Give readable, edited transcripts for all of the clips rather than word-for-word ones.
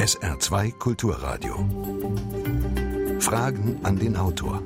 SR2 Kulturradio. Fragen an den Autor.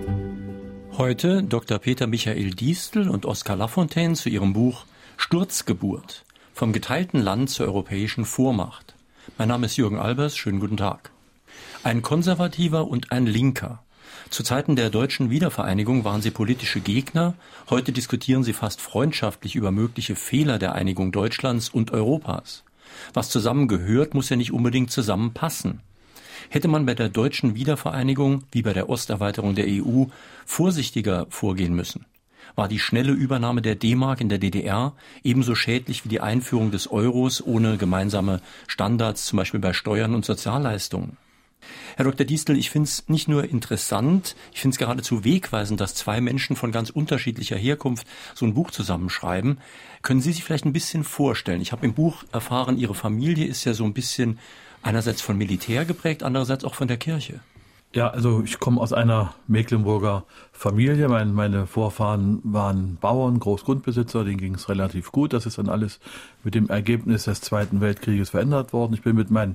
Heute Dr. Peter Michael Diestel und Oskar Lafontaine zu ihrem Buch Sturzgeburt. Vom geteilten Land zur europäischen Vormacht. Mein Name ist Jürgen Albers, schönen guten Tag. Ein Konservativer und ein Linker. Zu Zeiten der deutschen Wiedervereinigung waren sie politische Gegner. Heute diskutieren sie fast freundschaftlich über mögliche Fehler der Einigung Deutschlands und Europas. Was zusammengehört, muss ja nicht unbedingt zusammenpassen. Hätte man bei der deutschen Wiedervereinigung, wie bei der Osterweiterung der EU, vorsichtiger vorgehen müssen? War die schnelle Übernahme der D-Mark in der DDR ebenso schädlich wie die Einführung des Euros ohne gemeinsame Standards, zum Beispiel bei Steuern und Sozialleistungen? Herr Dr. Diestel, ich finde es nicht nur interessant, ich finde es geradezu wegweisend, dass zwei Menschen von ganz unterschiedlicher Herkunft so ein Buch zusammenschreiben. Können Sie sich vielleicht ein bisschen vorstellen? Ich habe im Buch erfahren, Ihre Familie ist ja so ein bisschen einerseits von Militär geprägt, andererseits auch von der Kirche. Ja, also ich komme aus einer Mecklenburger Familie. Meine Vorfahren waren Bauern, Großgrundbesitzer, denen ging es relativ gut. Das ist dann alles mit dem Ergebnis des Zweiten Weltkrieges verändert worden. Ich bin mit meinen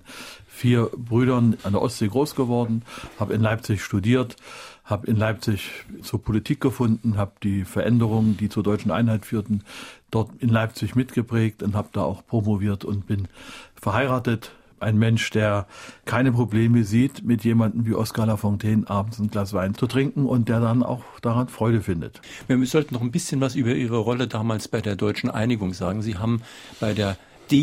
4 Brüdern an der Ostsee groß geworden, habe in Leipzig studiert, habe in Leipzig zur Politik gefunden, habe die Veränderungen, die zur deutschen Einheit führten, dort in Leipzig mitgeprägt und habe da auch promoviert und bin verheiratet. Ein Mensch, der keine Probleme sieht, mit jemandem wie Oskar Lafontaine abends ein Glas Wein zu trinken und der dann auch daran Freude findet. Wir sollten noch ein bisschen was über Ihre Rolle damals bei der deutschen Einigung sagen. Sie haben bei der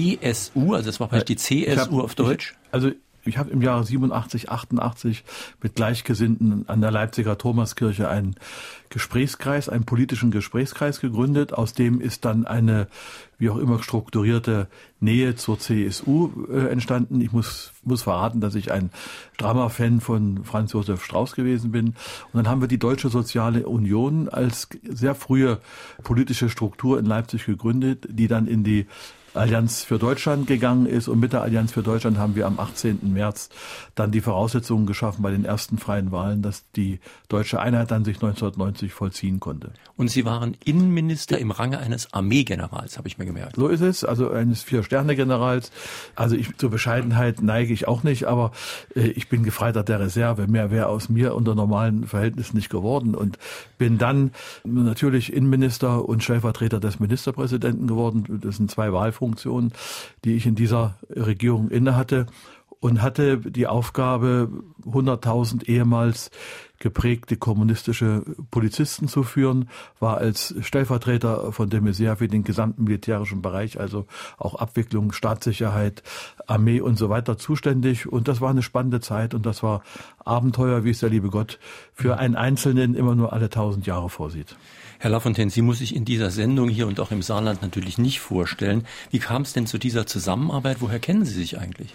DSU, also das war vielleicht die CSU auf Deutsch. Ich habe im Jahre 87, 88 mit Gleichgesinnten an der Leipziger Thomaskirche einen Gesprächskreis, einen politischen Gesprächskreis gegründet. Aus dem ist dann eine, wie auch immer, strukturierte Nähe zur CSU entstanden. Ich muss verraten, dass ich ein strammer Fan von Franz Josef Strauß gewesen bin. Und dann haben wir die Deutsche Soziale Union als sehr frühe politische Struktur in Leipzig gegründet, die dann in die Allianz für Deutschland gegangen ist, und mit der Allianz für Deutschland haben wir am 18. März dann die Voraussetzungen geschaffen bei den ersten freien Wahlen, dass die deutsche Einheit dann sich 1990 vollziehen konnte. Und Sie waren Innenminister im Range eines Armeegenerals, habe ich mir gemerkt. So ist es, also eines 4-Sterne-Generals. Also zur Bescheidenheit neige ich auch nicht, aber ich bin Gefreiter der Reserve. Mehr wäre aus mir unter normalen Verhältnissen nicht geworden und bin dann natürlich Innenminister und Stellvertreter des Ministerpräsidenten geworden. Das sind 2 Wahlfunktionen, die ich in dieser Regierung innehatte, und hatte die Aufgabe, 100.000 ehemals geprägte kommunistische Polizisten zu führen, war als Stellvertreter von de Maizière für den gesamten militärischen Bereich, also auch Abwicklung, Staatssicherheit, Armee und so weiter zuständig. Und das war eine spannende Zeit und das war Abenteuer, wie es der liebe Gott für einen Einzelnen immer nur alle 1000 Jahre vorsieht. Herr Lafontaine, Sie muss ich in dieser Sendung hier und auch im Saarland natürlich nicht vorstellen. Wie kam es denn zu dieser Zusammenarbeit? Woher kennen Sie sich eigentlich?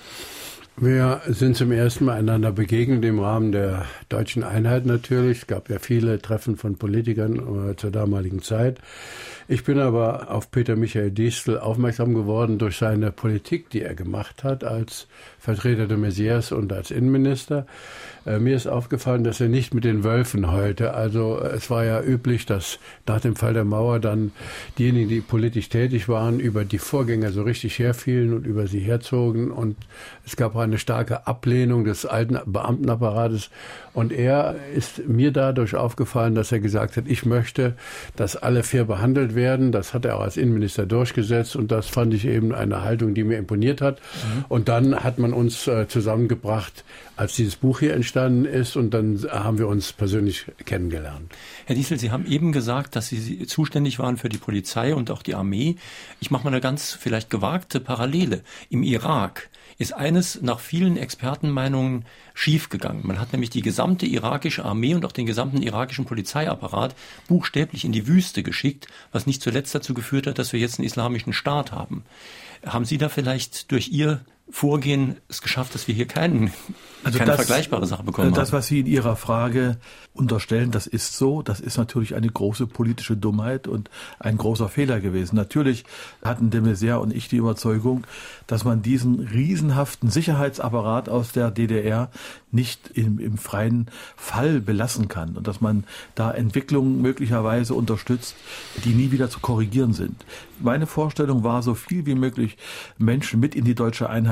Wir sind zum ersten Mal einander begegnet im Rahmen der deutschen Einheit natürlich. Es gab ja viele Treffen von Politikern zur damaligen Zeit. Ich bin aber auf Peter Michael Diestel aufmerksam geworden durch seine Politik, die er gemacht hat als Vertreter de Maizières und als Innenminister. Mir ist aufgefallen, dass er nicht mit den Wölfen heulte. Also es war ja üblich, dass nach dem Fall der Mauer dann diejenigen, die politisch tätig waren, über die Vorgänger so richtig herfielen und über sie herzogen. Und es gab eine starke Ablehnung des alten Beamtenapparates. Und er ist mir dadurch aufgefallen, dass er gesagt hat, ich möchte, dass alle fair behandelt werden. Das hat er auch als Innenminister durchgesetzt. Und das fand ich eben eine Haltung, die mir imponiert hat. Und dann hat man uns zusammengebracht, als dieses Buch hier entstanden ist, und dann haben wir uns persönlich kennengelernt. Herr Diestel, Sie haben eben gesagt, dass Sie zuständig waren für die Polizei und auch die Armee. Ich mache mal eine ganz vielleicht gewagte Parallele. Im Irak ist eines nach vielen Expertenmeinungen schiefgegangen. Man hat nämlich die gesamte irakische Armee und auch den gesamten irakischen Polizeiapparat buchstäblich in die Wüste geschickt, was nicht zuletzt dazu geführt hat, dass wir jetzt einen islamischen Staat haben. Haben Sie da vielleicht durch Ihr Vorgehen es geschafft, dass wir hier keine vergleichbare Sache bekommen haben? Das, was Sie in Ihrer Frage unterstellen, das ist so. Das ist natürlich eine große politische Dummheit und ein großer Fehler gewesen. Natürlich hatten de Maizière und ich die Überzeugung, dass man diesen riesenhaften Sicherheitsapparat aus der DDR nicht im freien Fall belassen kann und dass man da Entwicklungen möglicherweise unterstützt, die nie wieder zu korrigieren sind. Meine Vorstellung war, so viel wie möglich Menschen mit in die deutsche Einheit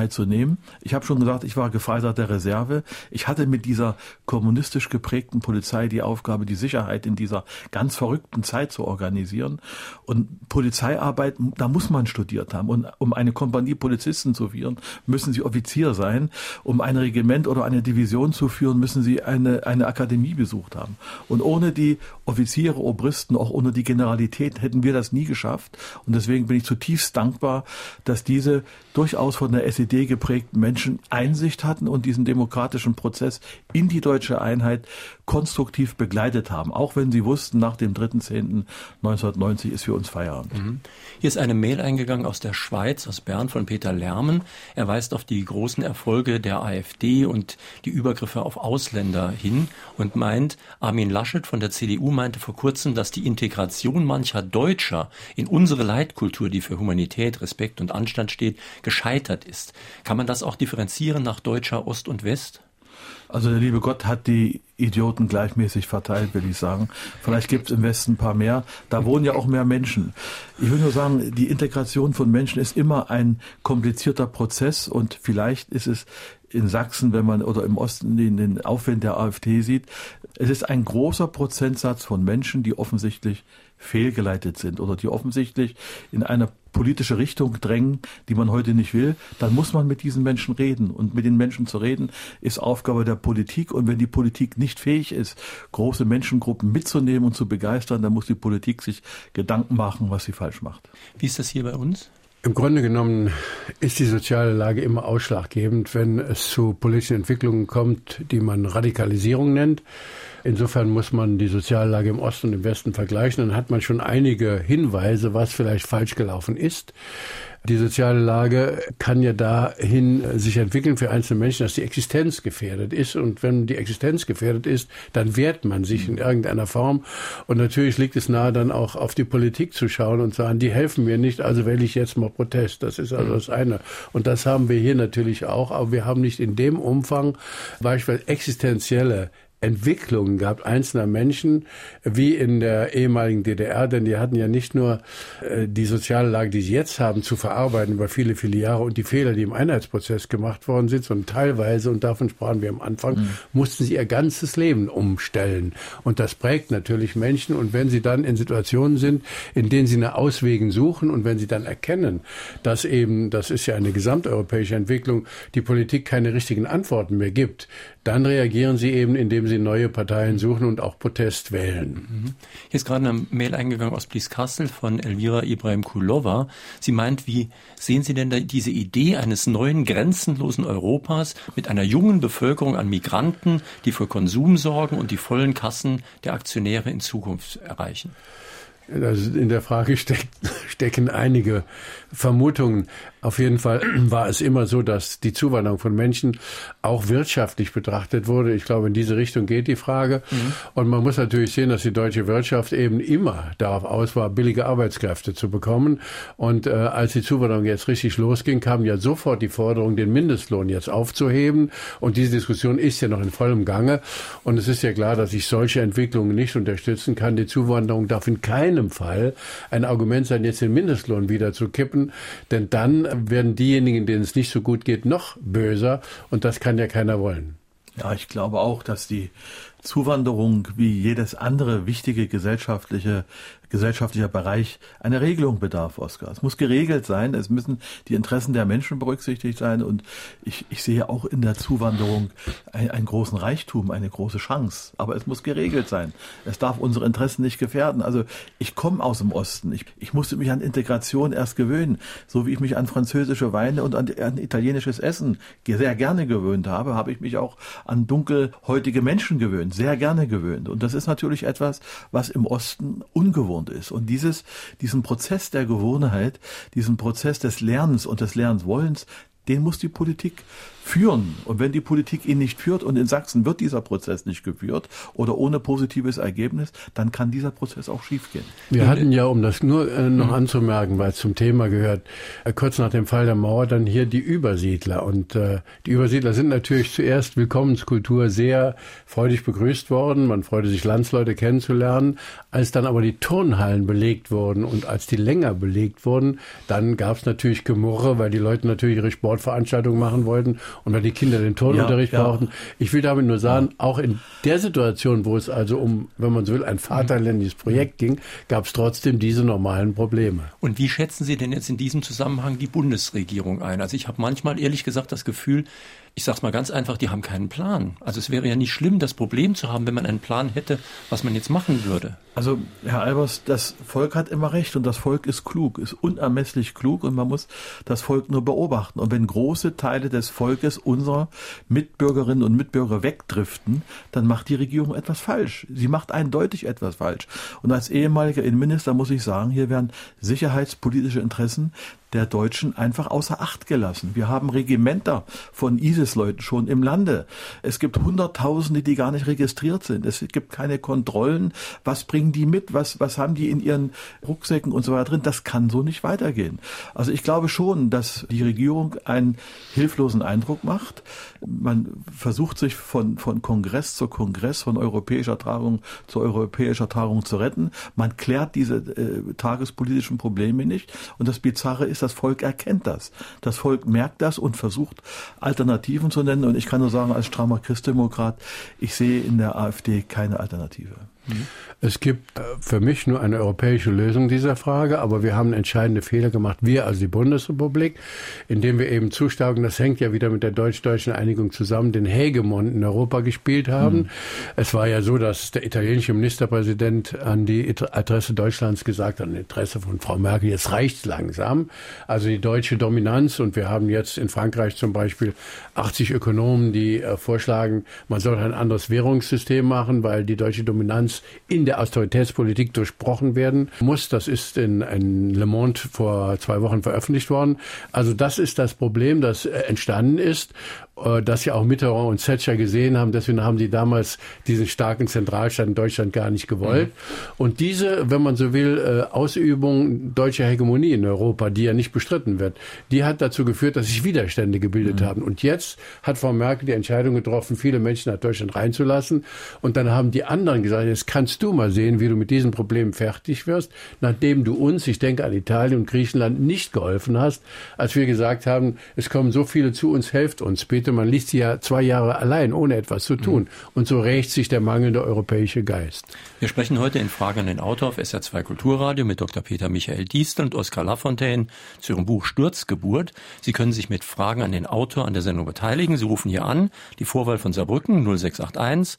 Gelegenheit zu nehmen. Ich habe schon gesagt, ich war Gefreiter der Reserve. Ich hatte mit dieser kommunistisch geprägten Polizei die Aufgabe, die Sicherheit in dieser ganz verrückten Zeit zu organisieren. Und Polizeiarbeit, da muss man studiert haben. Und um eine Kompanie Polizisten zu führen, müssen sie Offizier sein. Um ein Regiment oder eine Division zu führen, müssen sie eine Akademie besucht haben. Und ohne die Offiziere, Obristen, auch ohne die Generalität hätten wir das nie geschafft. Und deswegen bin ich zutiefst dankbar, dass diese durchaus von der SED geprägten Menschen Einsicht hatten und diesen demokratischen Prozess in die deutsche Einheit konstruktiv begleitet haben. Auch wenn sie wussten, nach dem 3.10.1990 ist für uns Feierabend. Hier ist eine Mail eingegangen aus der Schweiz, aus Bern, von Peter Lermen. Er weist auf die großen Erfolge der AfD und die Übergriffe auf Ausländer hin und meint, Armin Laschet von der CDU meinte vor kurzem, dass die Integration mancher Deutscher in unsere Leitkultur, die für Humanität, Respekt und Anstand steht, gescheitert ist. Kann man das auch differenzieren nach deutscher Ost und West? Also der liebe Gott hat die Idioten gleichmäßig verteilt, will ich sagen. Vielleicht gibt es im Westen ein paar mehr. Da wohnen ja auch mehr Menschen. Ich will nur sagen, die Integration von Menschen ist immer ein komplizierter Prozess und vielleicht ist es in Sachsen, wenn man oder im Osten den Aufwind der AfD sieht, es ist ein großer Prozentsatz von Menschen, die offensichtlich fehlgeleitet sind oder die offensichtlich in eine politische Richtung drängen, die man heute nicht will, dann muss man mit diesen Menschen reden. Und mit den Menschen zu reden, ist Aufgabe der Politik. Und wenn die Politik nicht fähig ist, große Menschengruppen mitzunehmen und zu begeistern, dann muss die Politik sich Gedanken machen, was sie falsch macht. Wie ist das hier bei uns? Im Grunde genommen ist die soziale Lage immer ausschlaggebend, wenn es zu politischen Entwicklungen kommt, die man Radikalisierung nennt. Insofern muss man die soziale Lage im Osten und im Westen vergleichen. Dann hat man schon einige Hinweise, was vielleicht falsch gelaufen ist. Die soziale Lage kann ja dahin sich entwickeln für einzelne Menschen, dass die Existenz gefährdet ist. Und wenn die Existenz gefährdet ist, dann wehrt man sich in irgendeiner Form. Und natürlich liegt es nahe, dann auch auf die Politik zu schauen und zu sagen, die helfen mir nicht, also wähle ich jetzt mal Protest. Das ist also das eine. Und das haben wir hier natürlich auch, aber wir haben nicht in dem Umfang beispielsweise existenzielle Entwicklungen gehabt einzelner Menschen, wie in der ehemaligen DDR, denn die hatten ja nicht nur die soziale Lage, die sie jetzt haben, zu verarbeiten über viele, viele Jahre und die Fehler, die im Einheitsprozess gemacht worden sind, sondern teilweise, und davon sprachen wir am Anfang, mussten sie ihr ganzes Leben umstellen. Und das prägt natürlich Menschen. Und wenn sie dann in Situationen sind, in denen sie nach Auswegen suchen und wenn sie dann erkennen, dass eben, das ist ja eine gesamteuropäische Entwicklung, die Politik keine richtigen Antworten mehr gibt, dann reagieren sie eben, indem sie neue Parteien suchen und auch Protest wählen. Hier ist gerade eine Mail eingegangen aus Blieskastel von Elvira Ibrahim-Kulova. Sie meint, wie sehen Sie denn da diese Idee eines neuen, grenzenlosen Europas mit einer jungen Bevölkerung an Migranten, die für Konsum sorgen und die vollen Kassen der Aktionäre in Zukunft erreichen? Also in der Frage stecken einige Vermutungen. Auf jeden Fall war es immer so, dass die Zuwanderung von Menschen auch wirtschaftlich betrachtet wurde. Ich glaube, in diese Richtung geht die Frage. Und man muss natürlich sehen, dass die deutsche Wirtschaft eben immer darauf aus war, billige Arbeitskräfte zu bekommen. Und als die Zuwanderung jetzt richtig losging, kam ja sofort die Forderung, den Mindestlohn jetzt aufzuheben. Und diese Diskussion ist ja noch in vollem Gange. Und es ist ja klar, dass ich solche Entwicklungen nicht unterstützen kann. Die Zuwanderung darf in keinem Fall ein Argument sein, jetzt den Mindestlohn wieder zu kippen. Denn dann werden diejenigen, denen es nicht so gut geht, noch böser. Und das kann ja keiner wollen. Ja, ich glaube auch, dass die Zuwanderung wie jedes andere wichtige gesellschaftlicher Bereich eine Regelung bedarf, Oskar. Es muss geregelt sein, es müssen die Interessen der Menschen berücksichtigt sein und ich sehe auch in der Zuwanderung einen großen Reichtum, eine große Chance. Aber es muss geregelt sein. Es darf unsere Interessen nicht gefährden. Also ich komme aus dem Osten. Ich musste mich an Integration erst gewöhnen, so wie ich mich an französische Weine und an italienisches Essen sehr gerne gewöhnt habe, habe ich mich auch an dunkelhäutige Menschen gewöhnt, sehr gerne gewöhnt. Und das ist natürlich etwas, was im Osten ungewohnt ist. Und diesen Prozess der Gewohnheit, diesen Prozess des Lernens und des Lernenswollens, den muss die Politik führen. Und wenn die Politik ihn nicht führt, und in Sachsen wird dieser Prozess nicht geführt oder ohne positives Ergebnis, dann kann dieser Prozess auch schiefgehen. Wir hatten ja, um das nur noch anzumerken, weil es zum Thema gehört, kurz nach dem Fall der Mauer dann hier die Übersiedler. Und die Übersiedler sind natürlich zuerst Willkommenskultur sehr freudig begrüßt worden. Man freute sich, Landsleute kennenzulernen. Als dann aber die Turnhallen belegt wurden und als die länger belegt wurden, dann gab es natürlich Gemurre, weil die Leute natürlich ihre Sport Sportveranstaltungen machen wollten und weil die Kinder den Turnunterricht brauchten. Ich will damit nur sagen, auch in der Situation, wo es also um, wenn man so will, ein vaterländisches Projekt ging, gab es trotzdem diese normalen Probleme. Und wie schätzen Sie denn jetzt in diesem Zusammenhang die Bundesregierung ein? Also ich habe manchmal ehrlich gesagt das Gefühl, ich sage es mal ganz einfach, die haben keinen Plan. Also es wäre ja nicht schlimm, das Problem zu haben, wenn man einen Plan hätte, was man jetzt machen würde. Also, Herr Albers, das Volk hat immer recht und das Volk ist klug, ist unermesslich klug und man muss das Volk nur beobachten. Und wenn große Teile des Volkes unserer Mitbürgerinnen und Mitbürger wegdriften, dann macht die Regierung etwas falsch. Sie macht eindeutig etwas falsch. Und als ehemaliger Innenminister muss ich sagen, hier werden sicherheitspolitische Interessen der Deutschen einfach außer Acht gelassen. Wir haben Regimenter von ISIS-Leuten schon im Lande. Es gibt Hunderttausende, die gar nicht registriert sind. Es gibt keine Kontrollen. Was bringen die mit? Was haben die in ihren Rucksäcken und so weiter drin? Das kann so nicht weitergehen. Also ich glaube schon, dass die Regierung einen hilflosen Eindruck macht. Man versucht sich von Kongress zu Kongress, von europäischer Tagung zu europäischer Tagung zu retten. Man klärt diese tagespolitischen Probleme nicht. Und das Bizarre ist, das Volk erkennt das. Das Volk merkt das und versucht, Alternativen zu nennen. Und ich kann nur sagen, als strammer Christdemokrat, ich sehe in der AfD keine Alternative. Es gibt für mich nur eine europäische Lösung dieser Frage, aber wir haben entscheidende Fehler gemacht, wir also die Bundesrepublik, indem wir eben zu stark, und das hängt ja wieder mit der deutsch-deutschen Einigung zusammen, den Hegemon in Europa gespielt haben. Es war ja so, dass der italienische Ministerpräsident an die Adresse Deutschlands gesagt hat, an die Adresse von Frau Merkel, jetzt reicht's langsam. Also die deutsche Dominanz, und wir haben jetzt in Frankreich zum Beispiel 80 Ökonomen, die vorschlagen, man soll ein anderes Währungssystem machen, weil die deutsche Dominanz in der Austeritätspolitik durchbrochen werden muss. Das ist in Le Monde vor 2 Wochen veröffentlicht worden. Also das ist das Problem, das entstanden ist, das ja auch Mitterrand und Thatcher gesehen haben. Deswegen haben die damals diesen starken Zentralstaat in Deutschland gar nicht gewollt. Und diese, wenn man so will, Ausübung deutscher Hegemonie in Europa, die ja nicht bestritten wird, die hat dazu geführt, dass sich Widerstände gebildet haben. Und jetzt hat Frau Merkel die Entscheidung getroffen, viele Menschen nach Deutschland reinzulassen. Und dann haben die anderen gesagt, jetzt kannst du mal sehen, wie du mit diesem Problem fertig wirst, nachdem du uns, ich denke an Italien und Griechenland, nicht geholfen hast, als wir gesagt haben, es kommen so viele zu uns, helft uns bitte. Man ließ sie ja 2 Jahre allein, ohne etwas zu tun. Und so rächt sich der mangelnde europäische Geist. Wir sprechen heute in Frage an den Autor auf SR2 Kulturradio mit Dr. Peter Michael Diestel und Oskar Lafontaine zu ihrem Buch Sturzgeburt. Sie können sich mit Fragen an den Autor an der Sendung beteiligen. Sie rufen hier an, die Vorwahl von Saarbrücken 0681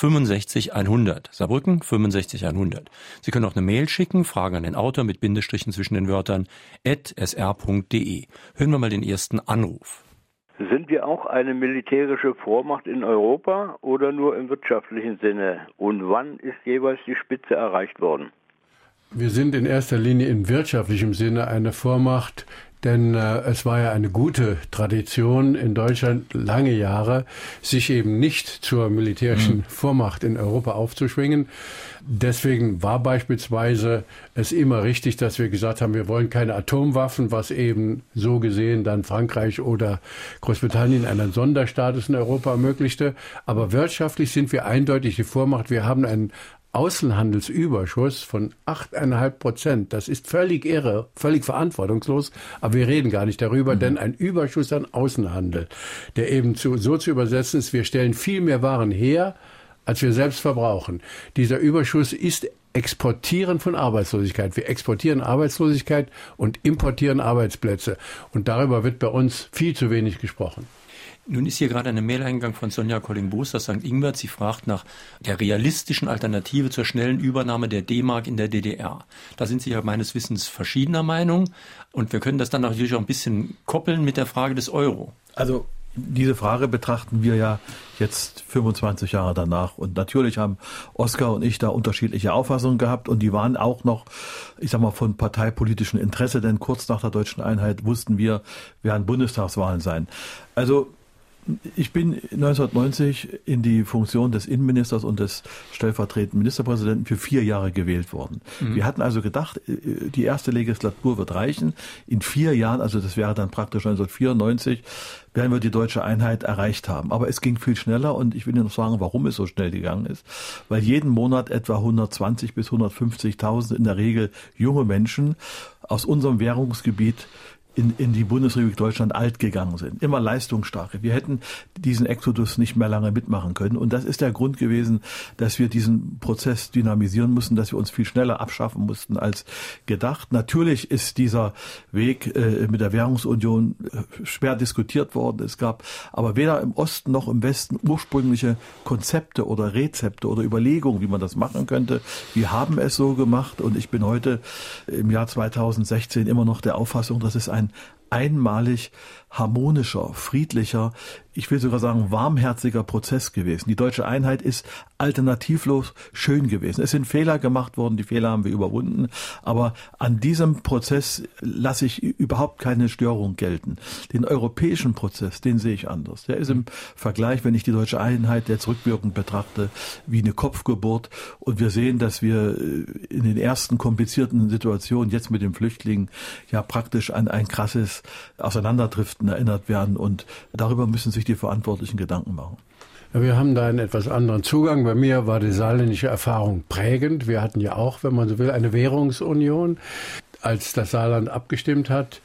65 100. Saarbrücken 65 100. Sie können auch eine Mail schicken, Fragen an den Autor mit Bindestrichen zwischen den Wörtern @sr.de. Hören wir mal den ersten Anruf. Sind wir auch eine militärische Vormacht in Europa oder nur im wirtschaftlichen Sinne? Und wann ist jeweils die Spitze erreicht worden? Wir sind in erster Linie in wirtschaftlichem Sinne eine Vormacht, denn es war ja eine gute Tradition in Deutschland lange Jahre, sich eben nicht zur militärischen Vormacht in Europa aufzuschwingen. Deswegen war beispielsweise es immer richtig, dass wir gesagt haben, wir wollen keine Atomwaffen, was eben so gesehen dann Frankreich oder Großbritannien einen Sonderstatus in Europa ermöglichte. Aber wirtschaftlich sind wir eindeutig die Vormacht. Wir haben einen Außenhandelsüberschuss von 8,5%. Das ist völlig irre, völlig verantwortungslos, aber wir reden gar nicht darüber, denn ein Überschuss an Außenhandel, der eben so zu übersetzen ist, wir stellen viel mehr Waren her, als wir selbst verbrauchen. Dieser Überschuss ist Exportieren von Arbeitslosigkeit. Wir exportieren Arbeitslosigkeit und importieren Arbeitsplätze. Und darüber wird bei uns viel zu wenig gesprochen. Nun ist hier gerade eine Mail eingegangen von Sonja Colling-Boos aus St. Ingbert. Sie fragt nach der realistischen Alternative zur schnellen Übernahme der D-Mark in der DDR. Da sind Sie ja meines Wissens verschiedener Meinung. Und wir können das dann natürlich auch ein bisschen koppeln mit der Frage des Euro. Also diese Frage betrachten wir ja jetzt 25 Jahre danach. Und natürlich haben Oskar und ich da unterschiedliche Auffassungen gehabt. Und die waren auch noch, ich sag mal, von parteipolitischem Interesse. Denn kurz nach der deutschen Einheit wussten wir, werden Bundestagswahlen sein. Also ich bin 1990 in die Funktion des Innenministers und des stellvertretenden Ministerpräsidenten für 4 Jahre gewählt worden. Wir hatten also gedacht, die erste Legislatur wird reichen. In 4 Jahren, also das wäre dann praktisch 1994, werden wir die deutsche Einheit erreicht haben. Aber es ging viel schneller und ich will Ihnen noch sagen, warum es so schnell gegangen ist. Weil jeden Monat etwa 120.000 bis 150.000 in der Regel junge Menschen aus unserem Währungsgebiet in die Bundesrepublik Deutschland alt gegangen sind. Immer leistungsstarke. Wir hätten diesen Exodus nicht mehr lange mitmachen können. Und das ist der Grund gewesen, dass wir diesen Prozess dynamisieren mussten, dass wir uns viel schneller abschaffen mussten als gedacht. Natürlich ist dieser Weg mit der Währungsunion schwer diskutiert worden. Es gab aber weder im Osten noch im Westen ursprüngliche Konzepte oder Rezepte oder Überlegungen, wie man das machen könnte. Wir haben es so gemacht und ich bin heute im Jahr 2016 immer noch der Auffassung, dass es ein einmalig harmonischer, friedlicher, ich will sogar sagen warmherziger Prozess gewesen. Die deutsche Einheit ist alternativlos schön gewesen. Es sind Fehler gemacht worden, die Fehler haben wir überwunden, aber an diesem Prozess lasse ich überhaupt keine Störung gelten. Den europäischen Prozess, den sehe ich anders. Der ist im Vergleich, wenn ich die deutsche Einheit jetzt rückwirkend betrachte, wie eine Kopfgeburt und wir sehen, dass wir in den ersten komplizierten Situationen jetzt mit den Flüchtlingen ja praktisch an ein krasses Auseinanderdriften erinnert werden und darüber müssen sich die Verantwortlichen Gedanken machen. Ja, wir haben da einen etwas anderen Zugang. Bei mir war die saarländische Erfahrung prägend. Wir hatten ja auch, wenn man so will, eine Währungsunion. Als das Saarland abgestimmt hat,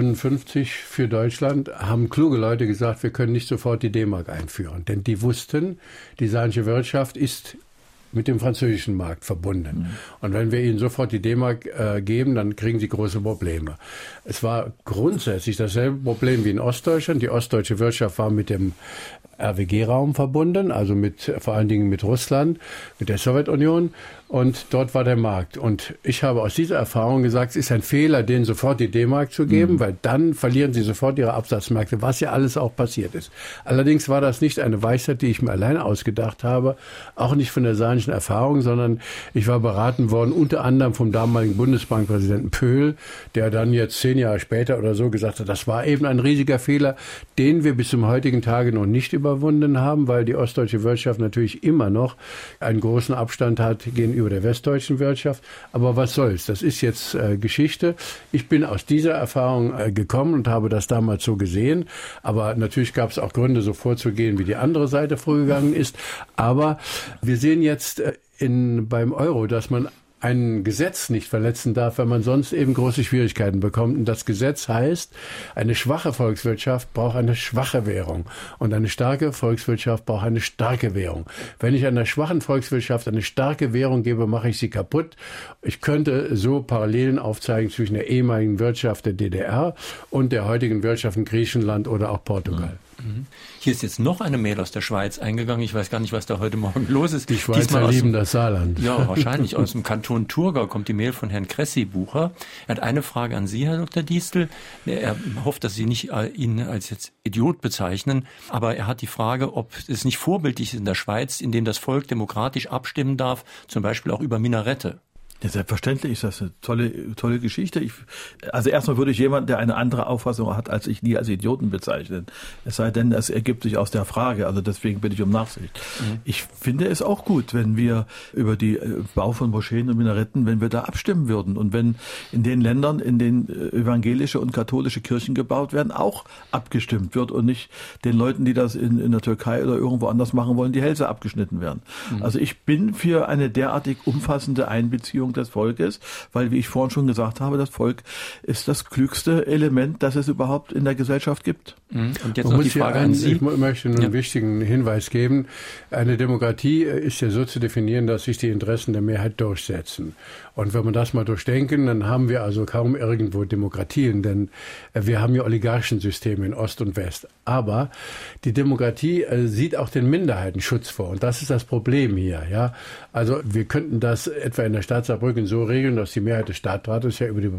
55 für Deutschland, haben kluge Leute gesagt, wir können nicht sofort die D-Mark einführen. Denn die wussten, die saarländische Wirtschaft ist mit dem französischen Markt verbunden. Und wenn wir ihnen sofort die D-Mark geben, dann kriegen sie große Probleme. Es war grundsätzlich dasselbe Problem wie in Ostdeutschland. Die ostdeutsche Wirtschaft war mit dem RWG-Raum verbunden, also vor allen Dingen mit Russland, mit der Sowjetunion. Und dort war der Markt. Und ich habe aus dieser Erfahrung gesagt, es ist ein Fehler, denen sofort die D-Mark zu geben, weil dann verlieren sie sofort ihre Absatzmärkte, was ja alles auch passiert ist. Allerdings war das nicht eine Weisheit, die ich mir alleine ausgedacht habe, auch nicht von der saarländischen Erfahrung, sondern ich war beraten worden, unter anderem vom damaligen Bundesbankpräsidenten Pöhl, der dann jetzt 10 Jahre später oder so gesagt hat, das war eben ein riesiger Fehler, den wir bis zum heutigen Tage noch nicht überwunden haben, weil die ostdeutsche Wirtschaft natürlich immer noch einen großen Abstand hat gegenüber der westdeutschen Wirtschaft. Aber was soll's? Das ist jetzt Geschichte. Ich bin aus dieser Erfahrung gekommen und habe das damals so gesehen. Aber natürlich gab es auch Gründe, so vorzugehen, wie die andere Seite vorgegangen ist. Aber wir sehen jetzt beim Euro, dass man ein Gesetz nicht verletzen darf, weil man sonst eben große Schwierigkeiten bekommt. Und das Gesetz heißt, eine schwache Volkswirtschaft braucht eine schwache Währung. Und eine starke Volkswirtschaft braucht eine starke Währung. Wenn ich einer schwachen Volkswirtschaft eine starke Währung gebe, mache ich sie kaputt. Ich könnte so Parallelen aufzeigen zwischen der ehemaligen Wirtschaft der DDR und der heutigen Wirtschaft in Griechenland oder auch Portugal. Hier ist jetzt noch eine Mail aus der Schweiz eingegangen. Ich weiß gar nicht, was da heute Morgen los ist. Die Schweizer lieben das Saarland. Ja, wahrscheinlich. Aus dem Kanton Thurgau kommt die Mail von Herrn Kressi-Bucher. Er hat eine Frage an Sie, Herr Dr. Diestel. Er hofft, dass Sie nicht ihn als jetzt Idiot bezeichnen. Aber er hat die Frage, ob es nicht vorbildlich ist in der Schweiz, in dem das Volk demokratisch abstimmen darf, zum Beispiel auch über Minarette. Ja, selbstverständlich ist das eine tolle Geschichte. Also erstmal würde ich jemanden, der eine andere Auffassung hat, als ich, nie als Idioten bezeichnen. Es sei denn, es ergibt sich aus der Frage. Also deswegen bitte ich um Nachsicht. Ich finde es auch gut, wenn wir über die Bau von Moscheen und Minaretten, wenn wir da abstimmen würden. Und wenn in den Ländern, in denen evangelische und katholische Kirchen gebaut werden, auch abgestimmt wird und nicht den Leuten, die das in der Türkei oder irgendwo anders machen wollen, die Hälse abgeschnitten werden. Also ich bin für eine derartig umfassende Einbeziehung des Volkes, weil, wie ich vorhin schon gesagt habe, das Volk ist das klügste Element, das es überhaupt in der Gesellschaft gibt. Und jetzt noch die Frage an Sie. Ich möchte nur einen wichtigen Hinweis geben. Eine Demokratie ist ja so zu definieren, dass sich die Interessen der Mehrheit durchsetzen. Und wenn wir das mal durchdenken, dann haben wir also kaum irgendwo Demokratien, denn wir haben ja Oligarchensysteme in Ost und West. Aber die Demokratie sieht auch den Minderheiten Schutz vor. Und das ist das Problem hier. Ja? Also wir könnten das etwa in der Stadt Saarbrücken so regeln, dass die Mehrheit des Stadtrates ja über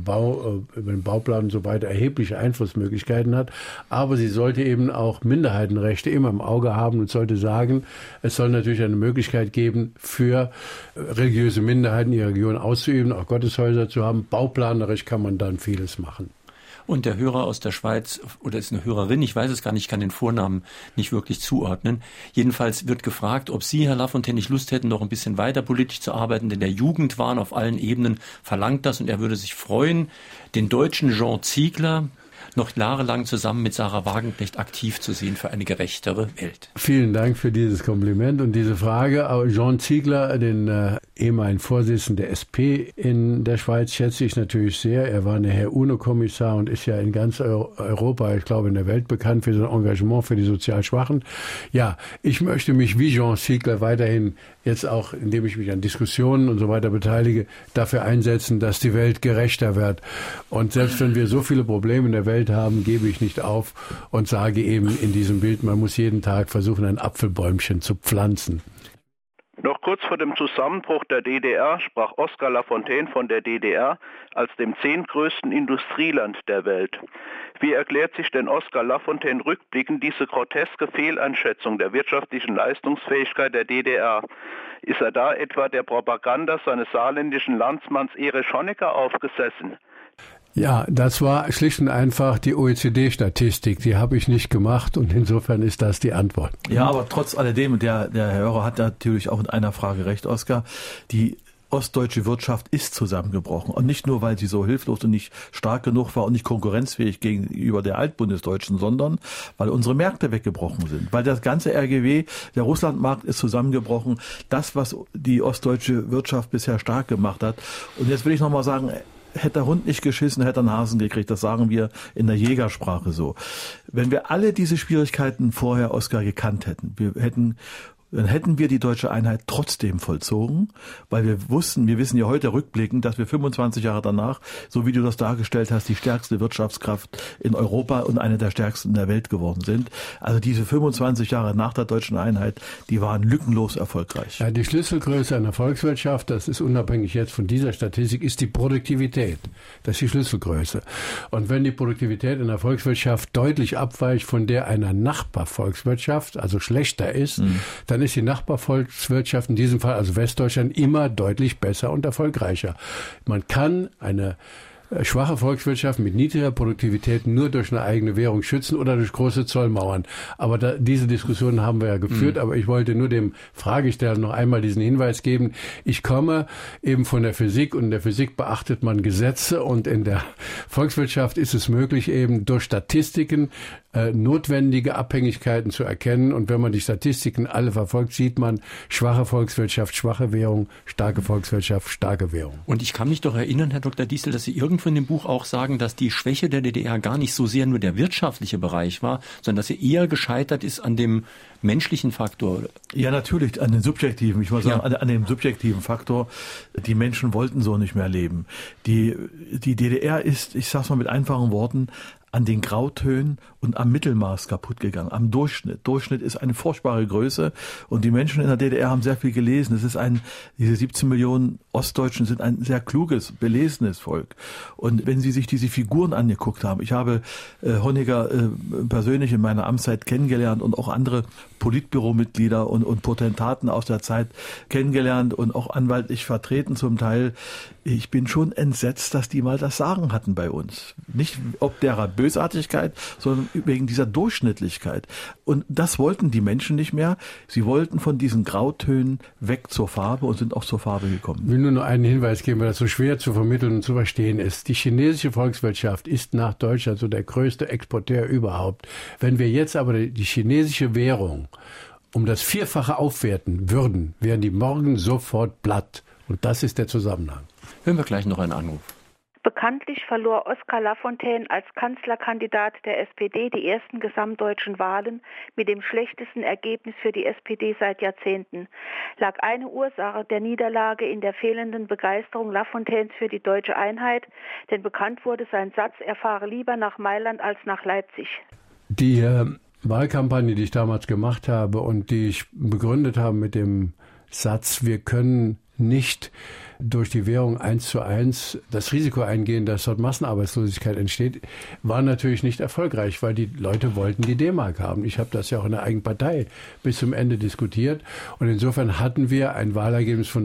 den Bauplan und so weiter erhebliche Einflussmöglichkeiten hat. Aber sie sollte eben auch Minderheitenrechte immer im Auge haben und sollte sagen, es soll natürlich eine Möglichkeit geben, für religiöse Minderheiten ihre Religion auszuüben, auch Gotteshäuser zu haben. Bauplanerisch kann man dann vieles machen. Und der Hörer aus der Schweiz, oder ist eine Hörerin, ich weiß es gar nicht, ich kann den Vornamen nicht wirklich zuordnen. Jedenfalls wird gefragt, ob Sie, Herr Lafontaine, nicht Lust hätten, noch ein bisschen weiter politisch zu arbeiten, denn der Jugendwahn auf allen Ebenen verlangt das und er würde sich freuen, den deutschen Jean Ziegler noch jahrelang zusammen mit Sarah Wagenknecht aktiv zu sehen für eine gerechtere Welt. Vielen Dank für dieses Kompliment und diese Frage. Jean Ziegler, den ehemaligen Vorsitzenden der SP in der Schweiz, schätze ich natürlich sehr. Er war nachher UNO-Kommissar und ist ja in ganz Europa, ich glaube in der Welt bekannt für sein Engagement für die sozial Schwachen. Ja, ich möchte mich wie Jean Siegler weiterhin jetzt auch, indem ich mich an Diskussionen und so weiter beteilige, dafür einsetzen, dass die Welt gerechter wird. Und selbst wenn wir so viele Probleme in der Welt haben, gebe ich nicht auf und sage eben in diesem Bild, man muss jeden Tag versuchen, ein Apfelbäumchen zu pflanzen. Noch kurz vor dem Zusammenbruch der DDR sprach Oskar Lafontaine von der DDR als dem 10. größten Industrieland der Welt. Wie erklärt sich denn Oskar Lafontaine rückblickend diese groteske Fehleinschätzung der wirtschaftlichen Leistungsfähigkeit der DDR? Ist er da etwa der Propaganda seines saarländischen Landsmanns Erich Honecker aufgesessen? Ja, das war schlicht und einfach die OECD-Statistik. Die habe ich nicht gemacht und insofern ist das die Antwort. Ja, aber trotz alledem, der Hörer hat natürlich auch in einer Frage recht, Oskar, die ostdeutsche Wirtschaft ist zusammengebrochen. Und nicht nur, weil sie so hilflos und nicht stark genug war und nicht konkurrenzfähig gegenüber der Altbundesdeutschen, sondern weil unsere Märkte weggebrochen sind. Weil das ganze RGW, der Russlandmarkt ist zusammengebrochen. Das, was die ostdeutsche Wirtschaft bisher stark gemacht hat. Und jetzt will ich nochmal sagen, hätte der Hund nicht geschissen, hätte er einen Hasen gekriegt. Das sagen wir in der Jägersprache so. Wenn wir alle diese Schwierigkeiten vorher, Oskar, gekannt hätten, dann hätten wir die deutsche Einheit trotzdem vollzogen, weil wir wissen ja heute rückblickend, dass wir 25 Jahre danach, so wie du das dargestellt hast, die stärkste Wirtschaftskraft in Europa und eine der stärksten der Welt geworden sind. Also diese 25 Jahre nach der deutschen Einheit, die waren lückenlos erfolgreich. Ja, die Schlüsselgröße einer Volkswirtschaft, das ist unabhängig jetzt von dieser Statistik, ist die Produktivität. Das ist die Schlüsselgröße. Und wenn die Produktivität in der Volkswirtschaft deutlich abweicht von der einer Nachbarvolkswirtschaft, also schlechter ist, dann ist die Nachbarvolkswirtschaft, in diesem Fall also Westdeutschland, immer deutlich besser und erfolgreicher. Man kann eine schwache Volkswirtschaft mit niedriger Produktivität nur durch eine eigene Währung schützen oder durch große Zollmauern. Aber diese Diskussionen haben wir ja geführt, aber ich wollte nur dem Fragesteller noch einmal diesen Hinweis geben. Ich komme eben von der Physik und in der Physik beachtet man Gesetze und in der Volkswirtschaft ist es möglich, eben durch Statistiken notwendige Abhängigkeiten zu erkennen. Und wenn man die Statistiken alle verfolgt, sieht man schwache Volkswirtschaft, schwache Währung, starke Volkswirtschaft, starke Währung. Und ich kann mich doch erinnern, Herr Dr. Diestel, dass Sie irgendwo in dem Buch auch sagen, dass die Schwäche der DDR gar nicht so sehr nur der wirtschaftliche Bereich war, sondern dass sie eher gescheitert ist an dem menschlichen Faktor. Ja, natürlich, an den subjektiven, ich muss sagen, an dem subjektiven Faktor. Die Menschen wollten so nicht mehr leben. Die DDR ist, ich sag's mal mit einfachen Worten, an den Grautönen und am Mittelmaß kaputt gegangen, am Durchschnitt. Durchschnitt ist eine furchtbare Größe und die Menschen in der DDR haben sehr viel gelesen. Diese 17 Millionen Ostdeutschen sind ein sehr kluges, belesenes Volk. Und wenn Sie sich diese Figuren angeguckt haben, ich habe Honecker persönlich in meiner Amtszeit kennengelernt und auch andere Politbüromitglieder und Potentaten aus der Zeit kennengelernt und auch anwaltlich vertreten zum Teil. Ich bin schon entsetzt, dass die mal das Sagen hatten bei uns. Nicht ob derer Bösartigkeit, sondern wegen dieser Durchschnittlichkeit. Und das wollten die Menschen nicht mehr. Sie wollten von diesen Grautönen weg zur Farbe und sind auch zur Farbe gekommen. Ich will nur noch einen Hinweis geben, weil das so schwer zu vermitteln und zu verstehen ist. Die chinesische Volkswirtschaft ist nach Deutschland so der größte Exporteur überhaupt. Wenn wir jetzt aber die chinesische Währung um das Vierfache aufwerten würden, wären die morgen sofort platt. Und das ist der Zusammenhang. Hören wir gleich noch einen Anruf. Bekanntlich verlor Oskar Lafontaine als Kanzlerkandidat der SPD die ersten gesamtdeutschen Wahlen mit dem schlechtesten Ergebnis für die SPD seit Jahrzehnten. Lag eine Ursache der Niederlage in der fehlenden Begeisterung Lafontaines für die deutsche Einheit, denn bekannt wurde sein Satz, er fahre lieber nach Mailand als nach Leipzig. Die Wahlkampagne, die ich damals gemacht habe und die ich begründet habe mit dem Satz, wir können nicht durch die Währung 1:1 das Risiko eingehen, dass dort Massenarbeitslosigkeit entsteht, war natürlich nicht erfolgreich, weil die Leute wollten die D-Mark haben. Ich habe das ja auch in der eigenen Partei bis zum Ende diskutiert und insofern hatten wir ein Wahlergebnis von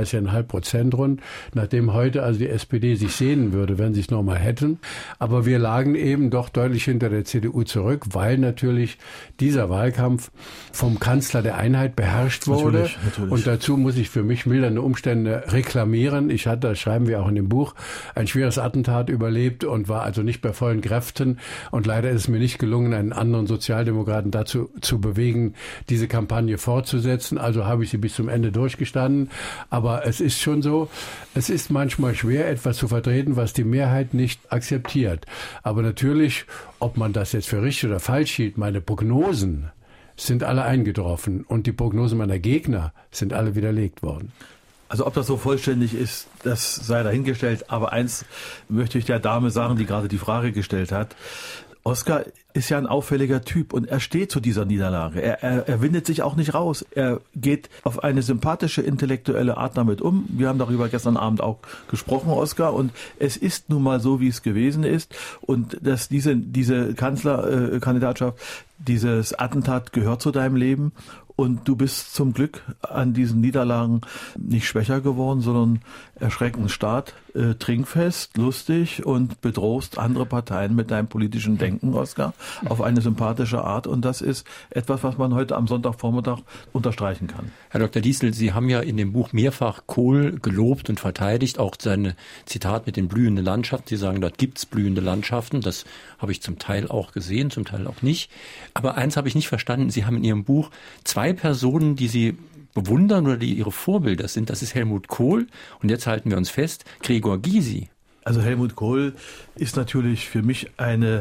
33,5% rund, nachdem heute also die SPD sich sehnen würde, wenn sie es nochmal hätten. Aber wir lagen eben doch deutlich hinter der CDU zurück, weil natürlich dieser Wahlkampf vom Kanzler der Einheit beherrscht wurde. Natürlich. Und dazu muss ich für mich mildernde Umstände reklamieren. reklamieren. Ich hatte, das schreiben wir auch in dem Buch, ein schweres Attentat überlebt und war also nicht bei vollen Kräften. Und leider ist es mir nicht gelungen, einen anderen Sozialdemokraten dazu zu bewegen, diese Kampagne fortzusetzen. Also habe ich sie bis zum Ende durchgestanden. Aber es ist schon so, es ist manchmal schwer, etwas zu vertreten, was die Mehrheit nicht akzeptiert. Aber natürlich, ob man das jetzt für richtig oder falsch hielt, meine Prognosen sind alle eingetroffen und die Prognosen meiner Gegner sind alle widerlegt worden. Also ob das so vollständig ist, das sei dahingestellt. Aber eins möchte ich der Dame sagen, die gerade die Frage gestellt hat. Oskar ist ja ein auffälliger Typ und er steht zu dieser Niederlage. Er windet sich auch nicht raus. Er geht auf eine sympathische, intellektuelle Art damit um. Wir haben darüber gestern Abend auch gesprochen, Oskar. Und es ist nun mal so, wie es gewesen ist. Und dass diese Kanzlerkandidatschaft, dieses Attentat gehört zu deinem Leben. Und du bist zum Glück an diesen Niederlagen nicht schwächer geworden, sondern erschreckend stark, trinkfest, lustig und bedrohst andere Parteien mit deinem politischen Denken, Oskar, auf eine sympathische Art. Und das ist etwas, was man heute am Sonntagvormittag unterstreichen kann. Herr Dr. Diestel, Sie haben ja in dem Buch mehrfach Kohl gelobt und verteidigt, auch seine Zitat mit den blühenden Landschaften. Sie sagen, dort gibt's blühende Landschaften. Das habe ich zum Teil auch gesehen, zum Teil auch nicht. Aber eins habe ich nicht verstanden. Sie haben in Ihrem Buch 2 Personen, die Sie bewundern oder die Ihre Vorbilder sind. Das ist Helmut Kohl und jetzt halten wir uns fest, Gregor Gysi. Also Helmut Kohl ist natürlich für mich eine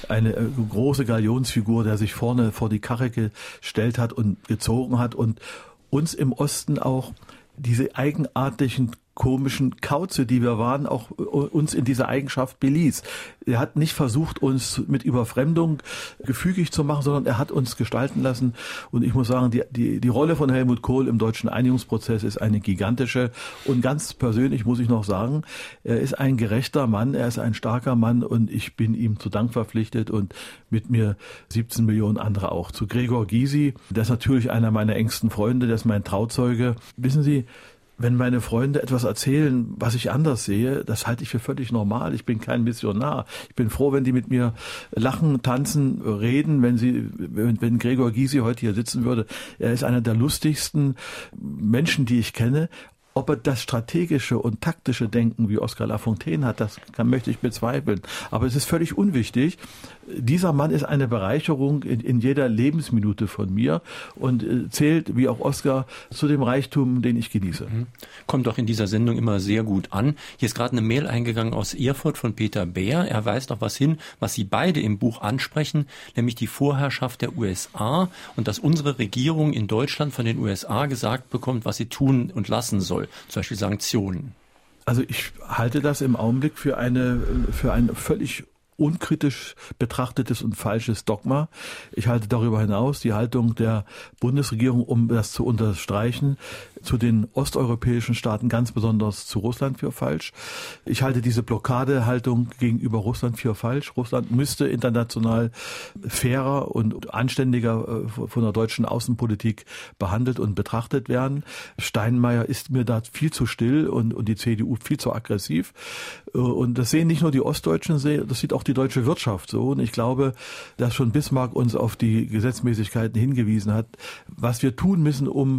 große Galionsfigur, der sich vorne vor die Karre gestellt hat und gezogen hat und uns im Osten auch diese eigenartigen komischen Kauze, die wir waren, auch uns in dieser Eigenschaft beließ. Er hat nicht versucht, uns mit Überfremdung gefügig zu machen, sondern er hat uns gestalten lassen. Und ich muss sagen, die Rolle von Helmut Kohl im deutschen Einigungsprozess ist eine gigantische. Und ganz persönlich muss ich noch sagen, er ist ein gerechter Mann, er ist ein starker Mann und ich bin ihm zu Dank verpflichtet und mit mir 17 Millionen andere auch. Zu Gregor Gysi, der ist natürlich einer meiner engsten Freunde, der ist mein Trauzeuge. Wissen Sie, wenn meine Freunde etwas erzählen, was ich anders sehe, das halte ich für völlig normal. Ich bin kein Missionar. Ich bin froh, wenn die mit mir lachen, tanzen, reden, wenn Gregor Gysi heute hier sitzen würde. Er ist einer der lustigsten Menschen, die ich kenne. Ob er das strategische und taktische Denken wie Oskar Lafontaine hat, möchte ich bezweifeln. Aber es ist völlig unwichtig. Dieser Mann ist eine Bereicherung in jeder Lebensminute von mir und zählt, wie auch Oskar, zu dem Reichtum, den ich genieße. Kommt doch in dieser Sendung immer sehr gut an. Hier ist gerade eine Mail eingegangen aus Erfurt von Peter Bär. Er weist auf was hin, was Sie beide im Buch ansprechen, nämlich die Vorherrschaft der USA und dass unsere Regierung in Deutschland von den USA gesagt bekommt, was sie tun und lassen soll. Zum Beispiel Sanktionen. Also ich halte das im Augenblick für ein völlig unkritisch betrachtetes und falsches Dogma. Ich halte darüber hinaus die Haltung der Bundesregierung, um das zu unterstreichen, zu den osteuropäischen Staaten, ganz besonders zu Russland, für falsch. Ich halte diese Blockadehaltung gegenüber Russland für falsch. Russland müsste international fairer und anständiger von der deutschen Außenpolitik behandelt und betrachtet werden. Steinmeier ist mir da viel zu still und die CDU viel zu aggressiv. Und das sehen nicht nur die Ostdeutschen, das sieht auch die deutsche Wirtschaft so. Und ich glaube, dass schon Bismarck uns auf die Gesetzmäßigkeiten hingewiesen hat, was wir tun müssen, um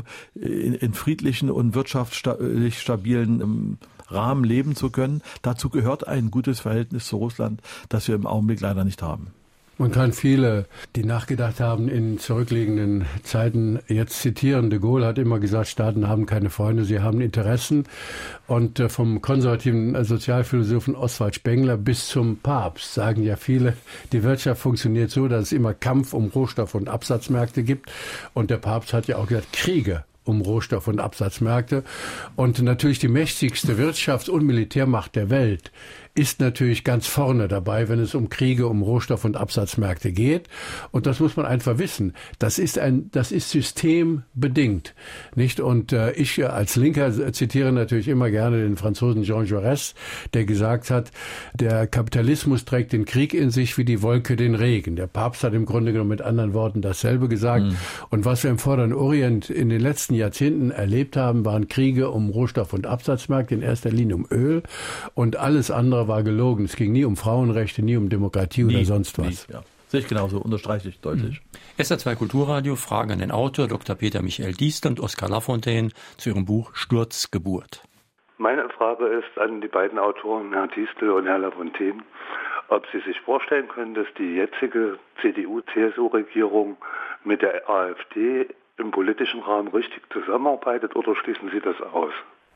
in friedlichen und wirtschaftlich stabilen Rahmen leben zu können. Dazu gehört ein gutes Verhältnis zu Russland, das wir im Augenblick leider nicht haben. Man kann viele, die nachgedacht haben in zurückliegenden Zeiten, jetzt zitieren. De Gaulle hat immer gesagt, Staaten haben keine Freunde, sie haben Interessen. Und vom konservativen Sozialphilosophen Oswald Spengler bis zum Papst sagen ja viele, die Wirtschaft funktioniert so, dass es immer Kampf um Rohstoff- und Absatzmärkte gibt. Und der Papst hat ja auch gesagt, Kriege um Rohstoff- und Absatzmärkte. Und natürlich die mächtigste Wirtschafts- und Militärmacht der Welt ist natürlich ganz vorne dabei, wenn es um Kriege, um Rohstoff- und Absatzmärkte geht. Und das muss man einfach wissen. Das ist systembedingt, nicht? Und ich als Linker zitiere natürlich immer gerne den Franzosen Jean Jaurès, der gesagt hat, der Kapitalismus trägt den Krieg in sich wie die Wolke den Regen. Der Papst hat im Grunde genommen mit anderen Worten dasselbe gesagt. Und was wir im Vorderen Orient in den letzten Jahrzehnten erlebt haben, waren Kriege um Rohstoff- und Absatzmärkte, in erster Linie um Öl. Und alles andere war gelogen. Es ging nie um Frauenrechte, nie um Demokratie oder sonst was. Ja. Sehe ich genauso, unterstreiche ich deutlich. SR2 Kulturradio, Fragen an den Autor Dr. Peter Michael Diestel und Oskar Lafontaine zu ihrem Buch Sturzgeburt. Meine Frage ist an die beiden Autoren, Herr Diestel und Herr Lafontaine, ob Sie sich vorstellen können, dass die jetzige CDU-CSU-Regierung mit der AfD im politischen Rahmen richtig zusammenarbeitet oder schließen Sie das aus?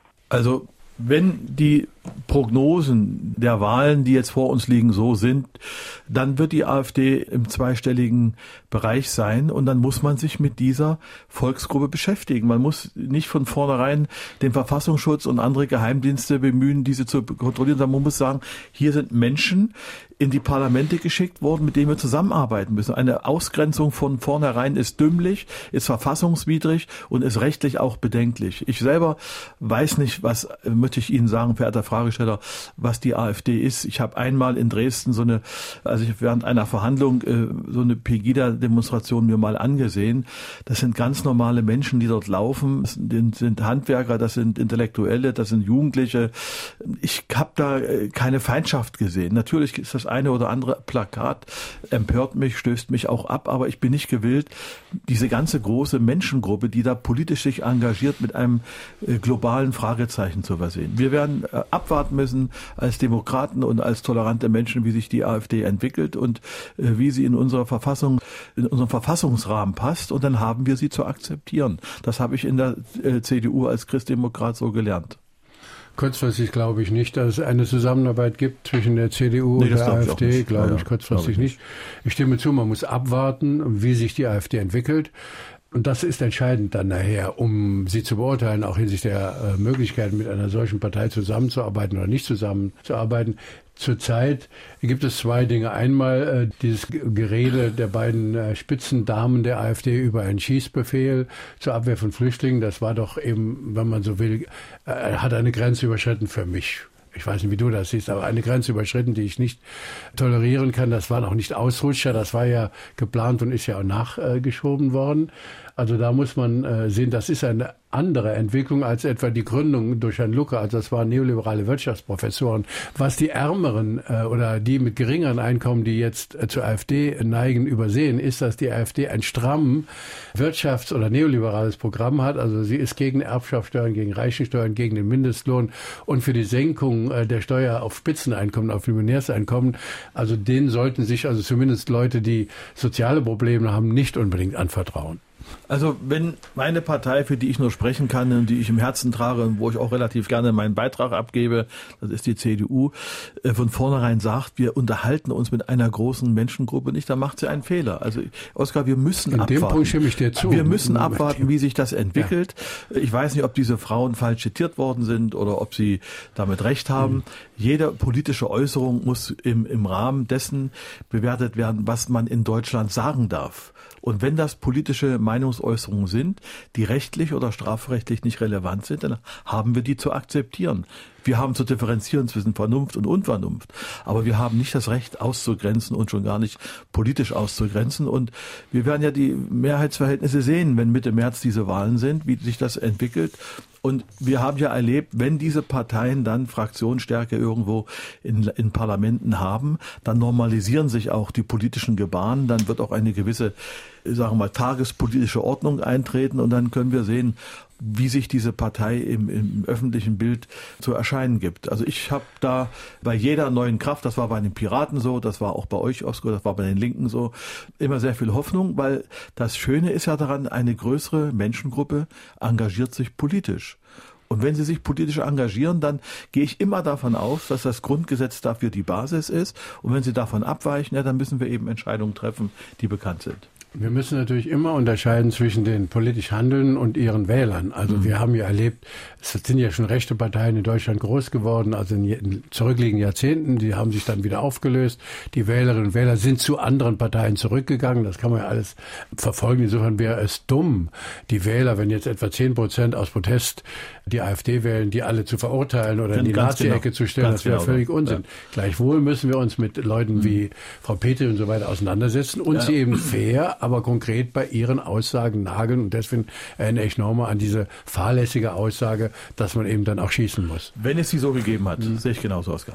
Also wenn die Prognosen der Wahlen, die jetzt vor uns liegen, so sind, dann wird die AfD im zweistelligen Bereich sein und dann muss man sich mit dieser Volksgruppe beschäftigen. Man muss nicht von vornherein den Verfassungsschutz und andere Geheimdienste bemühen, diese zu kontrollieren, sondern man muss sagen, hier sind Menschen in die Parlamente geschickt worden, mit denen wir zusammenarbeiten müssen. Eine Ausgrenzung von vornherein ist dümmlich, ist verfassungswidrig und ist rechtlich auch bedenklich. Ich selber weiß nicht, was möchte ich Ihnen sagen, verehrter Fragesteller, was die AfD ist. Ich habe einmal in Dresden also ich während einer Verhandlung so eine Pegida-Demonstration mir mal angesehen. Das sind ganz normale Menschen, die dort laufen. Das sind Handwerker, das sind Intellektuelle, das sind Jugendliche. Ich habe da keine Feindschaft gesehen. Natürlich ist das eine oder andere Plakat empört mich, stößt mich auch ab, aber ich bin nicht gewillt, diese ganze große Menschengruppe, die da politisch sich engagiert, mit einem globalen Fragezeichen zu versehen. Wir werden abwarten müssen als Demokraten und als tolerante Menschen, wie sich die AfD entwickelt und wie sie in unserer Verfassung, in unserem Verfassungsrahmen passt, und dann haben wir sie zu akzeptieren. Das habe ich in der CDU als Christdemokrat so gelernt. Kurzfristig glaube ich nicht, dass es eine Zusammenarbeit gibt zwischen der CDU und der AfD. Glaube ich kurzfristig nicht. Ich stimme zu, man muss abwarten, wie sich die AfD entwickelt. Und das ist entscheidend dann nachher, um sie zu beurteilen, auch hinsichtlich der Möglichkeit, mit einer solchen Partei zusammenzuarbeiten oder nicht zusammenzuarbeiten. Zurzeit gibt es zwei Dinge. Einmal dieses Gerede der beiden Spitzendamen der AfD über einen Schießbefehl zur Abwehr von Flüchtlingen. Das war doch eben, wenn man so will, hat eine Grenze überschritten für mich. Ich weiß nicht, wie du das siehst, aber eine Grenze überschritten, die ich nicht tolerieren kann. Das waren auch nicht Ausrutscher, das war ja geplant und ist ja auch nachgeschoben worden. Also da muss man sehen, das ist eine andere Entwicklung als etwa die Gründung durch Herrn Lucke, also das waren neoliberale Wirtschaftsprofessoren. Was die Ärmeren oder die mit geringeren Einkommen, die jetzt zur AfD neigen, übersehen, ist, dass die AfD ein strammen Wirtschafts- oder neoliberales Programm hat. Also sie ist gegen Erbschaftssteuern, gegen Reichensteuern, gegen den Mindestlohn und für die Senkung der Steuer auf Spitzeneinkommen, auf Millionärseinkommen. Also denen sollten sich also zumindest Leute, die soziale Probleme haben, nicht unbedingt anvertrauen. Also wenn meine Partei, für die ich nur sprechen kann und die ich im Herzen trage und wo ich auch relativ gerne meinen Beitrag abgebe, das ist die CDU, von vornherein sagt, wir unterhalten uns mit einer großen Menschengruppe nicht, dann macht sie einen Fehler. Also Oskar, wir müssen abwarten. In dem Punkt stimme ich dir zu. Wir müssen abwarten, wie sich das entwickelt. Ja. Ich weiß nicht, ob diese Frauen falsch zitiert worden sind oder ob sie damit recht haben. Jede politische Äußerung muss im Rahmen dessen bewertet werden, was man in Deutschland sagen darf. Und wenn das politische Meinungsäußerungen sind, die rechtlich oder strafrechtlich nicht relevant sind, dann haben wir die zu akzeptieren. Wir haben zu differenzieren zwischen Vernunft und Unvernunft. Aber wir haben nicht das Recht auszugrenzen und schon gar nicht politisch auszugrenzen. Und wir werden ja die Mehrheitsverhältnisse sehen, wenn Mitte März diese Wahlen sind, wie sich das entwickelt. Und wir haben ja erlebt, wenn diese Parteien dann Fraktionsstärke irgendwo in Parlamenten haben, dann normalisieren sich auch die politischen Gebaren, dann wird auch eine gewisse, sagen wir mal, tagespolitische Ordnung eintreten und dann können wir sehen, wie sich diese Partei im öffentlichen Bild zu erscheinen gibt. Also ich habe da bei jeder neuen Kraft, das war bei den Piraten so, das war auch bei euch, Oskar, das war bei den Linken so, immer sehr viel Hoffnung, weil das Schöne ist ja daran, eine größere Menschengruppe engagiert sich politisch. Und wenn sie sich politisch engagieren, dann gehe ich immer davon aus, dass das Grundgesetz dafür die Basis ist. Und wenn sie davon abweichen, ja, dann müssen wir eben Entscheidungen treffen, die bekannt sind. Wir müssen natürlich immer unterscheiden zwischen den politisch Handelnden und ihren Wählern. Also wir haben ja erlebt, es sind ja schon rechte Parteien in Deutschland groß geworden, also in zurückliegenden Jahrzehnten, die haben sich dann wieder aufgelöst. Die Wählerinnen und Wähler sind zu anderen Parteien zurückgegangen, das kann man ja alles verfolgen. Insofern wäre es dumm, die Wähler, wenn jetzt etwa 10% aus Protest die AfD wählen, die alle zu verurteilen oder in die Nazi-Ecke zu stellen, das wäre völlig Unsinn. Ja. Gleichwohl müssen wir uns mit Leuten wie Frau Petri und so weiter auseinandersetzen und sie eben fair, aber konkret bei ihren Aussagen nageln. Und deswegen erinnere ich nochmal an diese fahrlässige Aussage, dass man eben dann auch schießen muss. Wenn es sie so gegeben hat, sehe ich genauso, Oskar.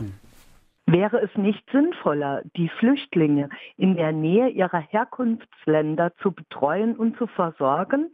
Wäre es nicht sinnvoller, die Flüchtlinge in der Nähe ihrer Herkunftsländer zu betreuen und zu versorgen,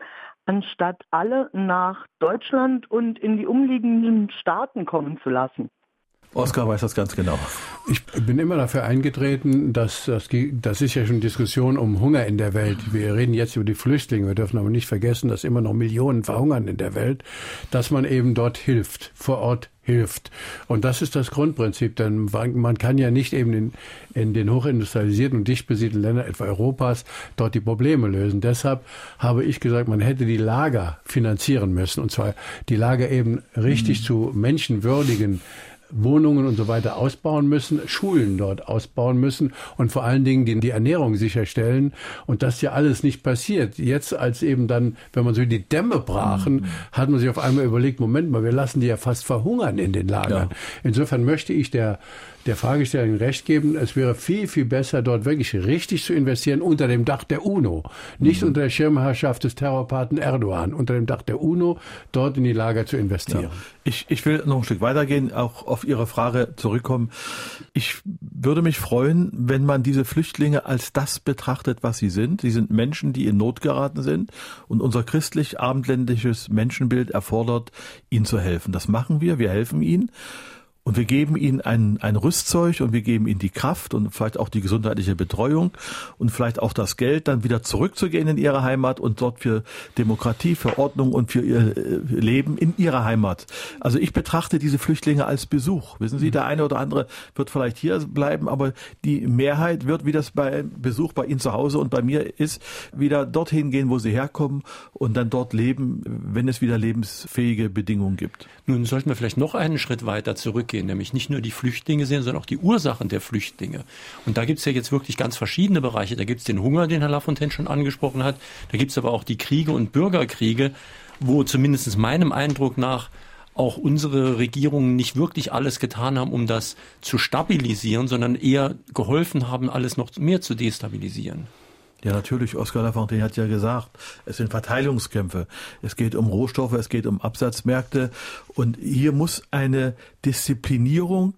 anstatt alle nach Deutschland und in die umliegenden Staaten kommen zu lassen. Oskar weiß das ganz genau. Ich bin immer dafür eingetreten, das ist ja schon Diskussion um Hunger in der Welt. Wir reden jetzt über die Flüchtlinge. Wir dürfen aber nicht vergessen, dass immer noch Millionen verhungern in der Welt, dass man eben dort hilft, vor Ort hilft. Und das ist das Grundprinzip, denn man kann ja nicht eben in den hochindustrialisierten und dicht besiedelten Ländern, etwa Europas, dort die Probleme lösen. Deshalb habe ich gesagt, man hätte die Lager finanzieren müssen, und zwar die Lager eben richtig zu menschenwürdigen Wohnungen und so weiter ausbauen müssen, Schulen dort ausbauen müssen und vor allen Dingen die Ernährung sicherstellen. Und das ja alles nicht passiert. Jetzt als eben dann, wenn man so die Dämme brachen, hat man sich auf einmal überlegt, Moment mal, wir lassen die ja fast verhungern in den Lagern. Ja. Insofern möchte ich der Fragestellung recht geben, es wäre viel, viel besser, dort wirklich richtig zu investieren unter dem Dach der UNO. Nicht unter der Schirmherrschaft des Terrorpaten Erdogan, unter dem Dach der UNO, dort in die Lager zu investieren. Ja. Ich will noch ein Stück weitergehen, auch auf Ihre Frage zurückkommen. Ich würde mich freuen, wenn man diese Flüchtlinge als das betrachtet, was sie sind. Sie sind Menschen, die in Not geraten sind. Und unser christlich-abendländisches Menschenbild erfordert, ihnen zu helfen. Das machen wir. Wir helfen ihnen. Und wir geben ihnen ein Rüstzeug und wir geben ihnen die Kraft und vielleicht auch die gesundheitliche Betreuung und vielleicht auch das Geld, dann wieder zurückzugehen in ihre Heimat und dort für Demokratie, für Ordnung und für ihr Leben in ihrer Heimat. Also ich betrachte diese Flüchtlinge als Besuch. Wissen Sie, der eine oder andere wird vielleicht hier bleiben, aber die Mehrheit wird, wie das bei Besuch bei Ihnen zu Hause und bei mir ist, wieder dorthin gehen, wo sie herkommen und dann dort leben, wenn es wieder lebensfähige Bedingungen gibt. Nun sollten wir vielleicht noch einen Schritt weiter zurückgehen, nämlich nicht nur die Flüchtlinge sehen, sondern auch die Ursachen der Flüchtlinge. Und da gibt es ja jetzt wirklich ganz verschiedene Bereiche. Da gibt es den Hunger, den Herr Lafontaine schon angesprochen hat. Da gibt es aber auch die Kriege und Bürgerkriege, wo zumindest meinem Eindruck nach auch unsere Regierungen nicht wirklich alles getan haben, um das zu stabilisieren, sondern eher geholfen haben, alles noch mehr zu destabilisieren. Ja, natürlich. Oskar Lafontaine hat ja gesagt, es sind Verteilungskämpfe. Es geht um Rohstoffe, es geht um Absatzmärkte. Und hier muss eine Disziplinierung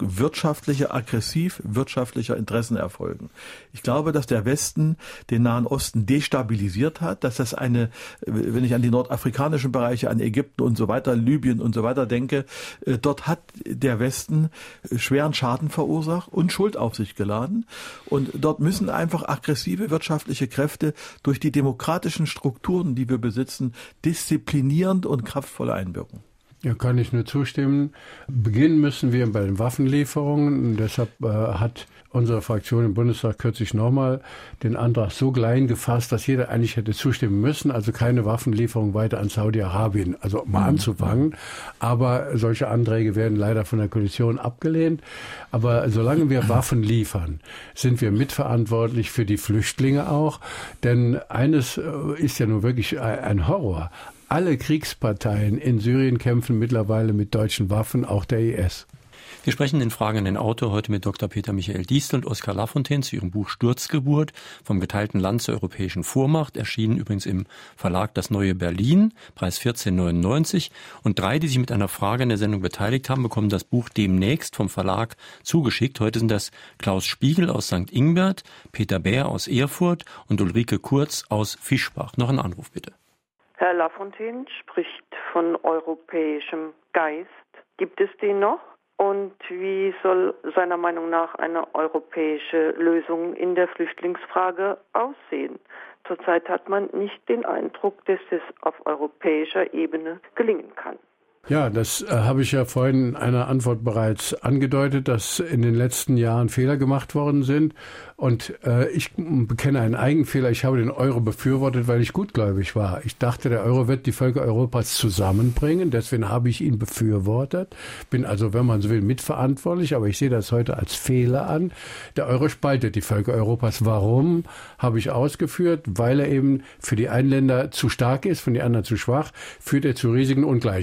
wirtschaftlicher Interessen erfolgen. Ich glaube, dass der Westen den Nahen Osten destabilisiert hat, dass das wenn ich an die nordafrikanischen Bereiche, an Ägypten und so weiter, Libyen und so weiter denke, dort hat der Westen schweren Schaden verursacht und Schuld auf sich geladen. Und dort müssen einfach aggressive wirtschaftliche Kräfte durch die demokratischen Strukturen, die wir besitzen, disziplinierend und kraftvoll einwirken. Ja, kann ich nur zustimmen. Beginnen müssen wir bei den Waffenlieferungen. Und deshalb hat unsere Fraktion im Bundestag kürzlich nochmal den Antrag so klein gefasst, dass jeder eigentlich hätte zustimmen müssen. Also keine Waffenlieferung weiter an Saudi-Arabien, also mal anzufangen. Aber solche Anträge werden leider von der Koalition abgelehnt. Aber solange wir Waffen liefern, sind wir mitverantwortlich für die Flüchtlinge auch. Denn eines ist ja nun wirklich ein Horror. Alle Kriegsparteien in Syrien kämpfen mittlerweile mit deutschen Waffen, auch der IS. Wir sprechen in Fragen an den Autor heute mit Dr. Peter Michael Diestel und Oskar Lafontaine zu ihrem Buch Sturzgeburt, vom geteilten Land zur europäischen Vormacht, erschienen übrigens im Verlag Das Neue Berlin, Preis 14,99. Und 3, die sich mit einer Frage in der Sendung beteiligt haben, bekommen das Buch demnächst vom Verlag zugeschickt. Heute sind das Klaus Spiegel aus St. Ingbert, Peter Bär aus Erfurt und Ulrike Kurz aus Fischbach. Noch ein Anruf bitte. Herr Lafontaine spricht von europäischem Geist. Gibt es den noch? Und wie soll seiner Meinung nach eine europäische Lösung in der Flüchtlingsfrage aussehen? Zurzeit hat man nicht den Eindruck, dass es auf europäischer Ebene gelingen kann. Ja, das habe ich ja vorhin in einer Antwort bereits angedeutet, dass in den letzten Jahren Fehler gemacht worden sind. Und ich bekenne einen Eigenfehler. Ich habe den Euro befürwortet, weil ich gutgläubig war. Ich dachte, der Euro wird die Völker Europas zusammenbringen. Deswegen habe ich ihn befürwortet. Bin also, wenn man so will, mitverantwortlich. Aber ich sehe das heute als Fehler an. Der Euro spaltet die Völker Europas. Warum? Habe ich ausgeführt. Weil er eben für die einen Länder zu stark ist, für die anderen zu schwach, führt er zu riesigen Ungleichgewichten.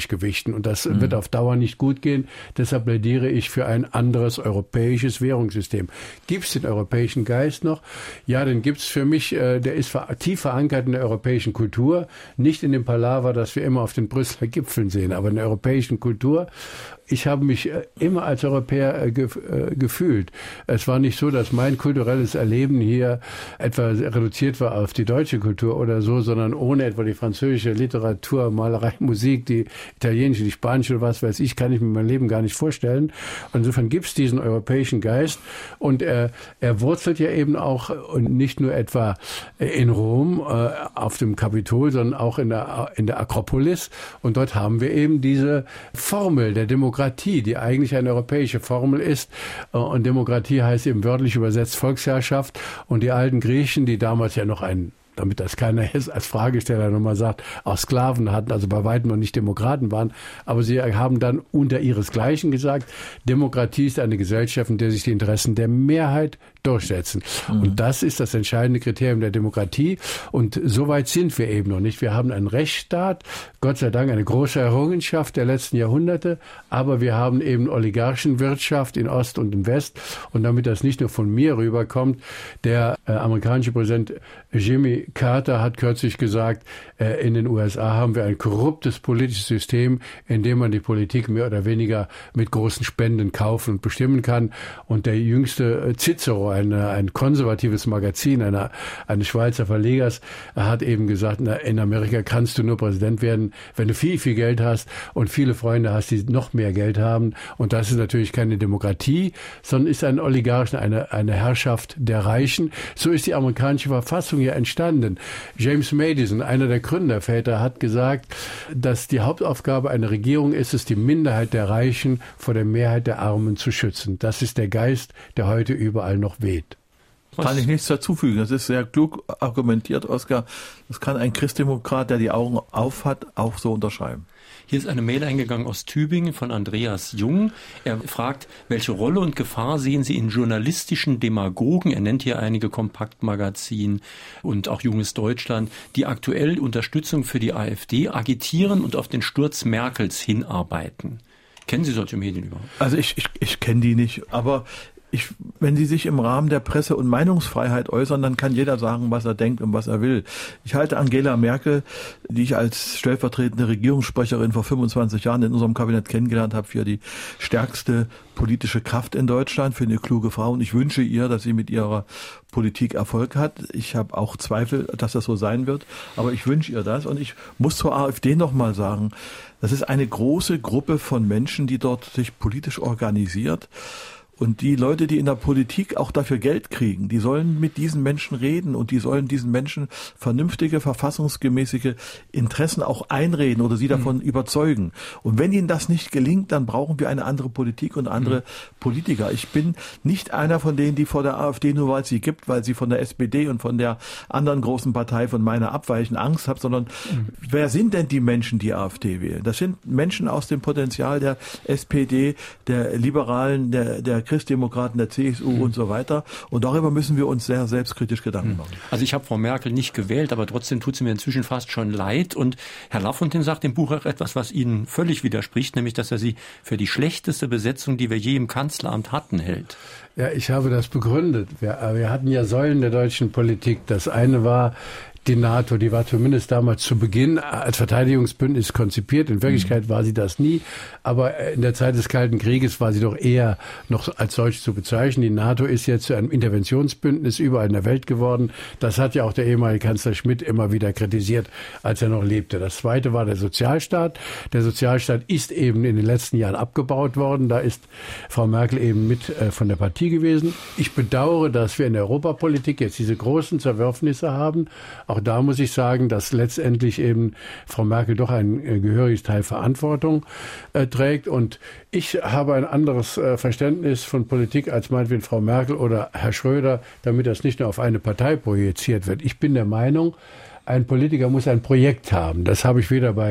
richten. Und das wird auf Dauer nicht gut gehen. Deshalb plädiere ich für ein anderes europäisches Währungssystem. Gibt es den europäischen Geist noch? Ja, den gibt es für mich. Der ist tief verankert in der europäischen Kultur. Nicht in dem Palaver, das wir immer auf den Brüsseler Gipfeln sehen, aber in der europäischen Kultur. Ich habe mich immer als Europäer gefühlt. Es war nicht so, dass mein kulturelles Erleben hier etwa reduziert war auf die deutsche Kultur oder so, sondern ohne etwa die französische Literatur, Malerei, Musik, die italienische, die spanische oder was weiß ich, kann ich mir mein Leben gar nicht vorstellen. Und insofern gibt es diesen europäischen Geist und er wurzelt ja eben auch nicht nur etwa in Rom auf dem Kapitol, sondern auch in der Akropolis. Und dort haben wir eben diese Formel der Demokratie, die eigentlich eine europäische Formel ist. Und Demokratie heißt eben wörtlich übersetzt Volksherrschaft. Und die alten Griechen, die damals ja noch damit das keiner als Fragesteller nochmal sagt, auch Sklaven hatten, also bei weitem noch nicht Demokraten waren. Aber sie haben dann unter ihresgleichen gesagt, Demokratie ist eine Gesellschaft, in der sich die Interessen der Mehrheit durchsetzen. Und das ist das entscheidende Kriterium der Demokratie. Und so weit sind wir eben noch nicht. Wir haben einen Rechtsstaat, Gott sei Dank eine große Errungenschaft der letzten Jahrhunderte, aber wir haben eben Oligarchenwirtschaft in Ost und in West. Und damit das nicht nur von mir rüberkommt, der amerikanische Präsident Jimmy Carter hat kürzlich gesagt, in den USA haben wir ein korruptes politisches System, in dem man die Politik mehr oder weniger mit großen Spenden kaufen und bestimmen kann. Und der jüngste Cicero, ein konservatives Magazin eines Schweizer Verlegers, hat eben gesagt, in Amerika kannst du nur Präsident werden, wenn du viel, viel Geld hast und viele Freunde hast, die noch mehr Geld haben. Und das ist natürlich keine Demokratie, sondern ist ein Oligarchen, eine Herrschaft der Reichen. So ist die amerikanische Verfassung ja entstanden. James Madison, einer der Gründerväter, hat gesagt, dass die Hauptaufgabe einer Regierung ist es, die Minderheit der Reichen vor der Mehrheit der Armen zu schützen. Das ist der Geist, der heute überall noch weht. Kann ich nichts dazufügen. Das ist sehr klug argumentiert, Oskar. Das kann ein Christdemokrat, der die Augen auf hat, auch so unterschreiben. Hier ist eine Mail eingegangen aus Tübingen von Andreas Jung. Er fragt, welche Rolle und Gefahr sehen Sie in journalistischen Demagogen? Er nennt hier einige Kompaktmagazine und auch Junges Deutschland, die aktuell Unterstützung für die AfD agitieren und auf den Sturz Merkels hinarbeiten. Kennen Sie solche Medien überhaupt? Also ich kenne die nicht, aber wenn sie sich im Rahmen der Presse- und Meinungsfreiheit äußern, dann kann jeder sagen, was er denkt und was er will. Ich halte Angela Merkel, die ich als stellvertretende Regierungssprecherin vor 25 Jahren in unserem Kabinett kennengelernt habe, für die stärkste politische Kraft in Deutschland, für eine kluge Frau. Und ich wünsche ihr, dass sie mit ihrer Politik Erfolg hat. Ich habe auch Zweifel, dass das so sein wird, aber ich wünsche ihr das. Und ich muss zur AfD nochmal sagen, das ist eine große Gruppe von Menschen, die dort sich politisch organisiert. Und die Leute, die in der Politik auch dafür Geld kriegen, die sollen mit diesen Menschen reden und die sollen diesen Menschen vernünftige, verfassungsgemäße Interessen auch einreden oder sie davon überzeugen. Und wenn ihnen das nicht gelingt, dann brauchen wir eine andere Politik und andere Politiker. Ich bin nicht einer von denen, die vor der AfD, nur weil es sie gibt, weil sie von der SPD und von der anderen großen Partei von meiner abweichen, Angst haben, sondern wer sind denn die Menschen, die AfD wählen? Das sind Menschen aus dem Potenzial der SPD, der Liberalen, der Christdemokraten, der CSU und so weiter. Und darüber müssen wir uns sehr selbstkritisch Gedanken machen. Also ich habe Frau Merkel nicht gewählt, aber trotzdem tut sie mir inzwischen fast schon leid. Und Herr Lafontaine sagt im Buch auch etwas, was Ihnen völlig widerspricht, nämlich, dass er sie für die schlechteste Besetzung, die wir je im Kanzleramt hatten, hält. Ja, ich habe das begründet. Wir hatten ja Säulen der deutschen Politik. Das eine war die NATO, die war zumindest damals zu Beginn als Verteidigungsbündnis konzipiert. In Wirklichkeit war sie das nie. Aber in der Zeit des Kalten Krieges war sie doch eher noch als solche zu bezeichnen. Die NATO ist jetzt zu einem Interventionsbündnis überall in der Welt geworden. Das hat ja auch der ehemalige Kanzler Schmidt immer wieder kritisiert, als er noch lebte. Das zweite war der Sozialstaat. Der Sozialstaat ist eben in den letzten Jahren abgebaut worden. Da ist Frau Merkel eben mit von der Partie gewesen. Ich bedauere, dass wir in der Europapolitik jetzt diese großen Zerwürfnisse haben. Auch da muss ich sagen, dass letztendlich eben Frau Merkel doch ein gehöriges Teil Verantwortung trägt. Und ich habe ein anderes Verständnis von Politik als meinetwegen Frau Merkel oder Herr Schröder, damit das nicht nur auf eine Partei projiziert wird. Ich bin der Meinung, ein Politiker muss ein Projekt haben. Das habe ich weder bei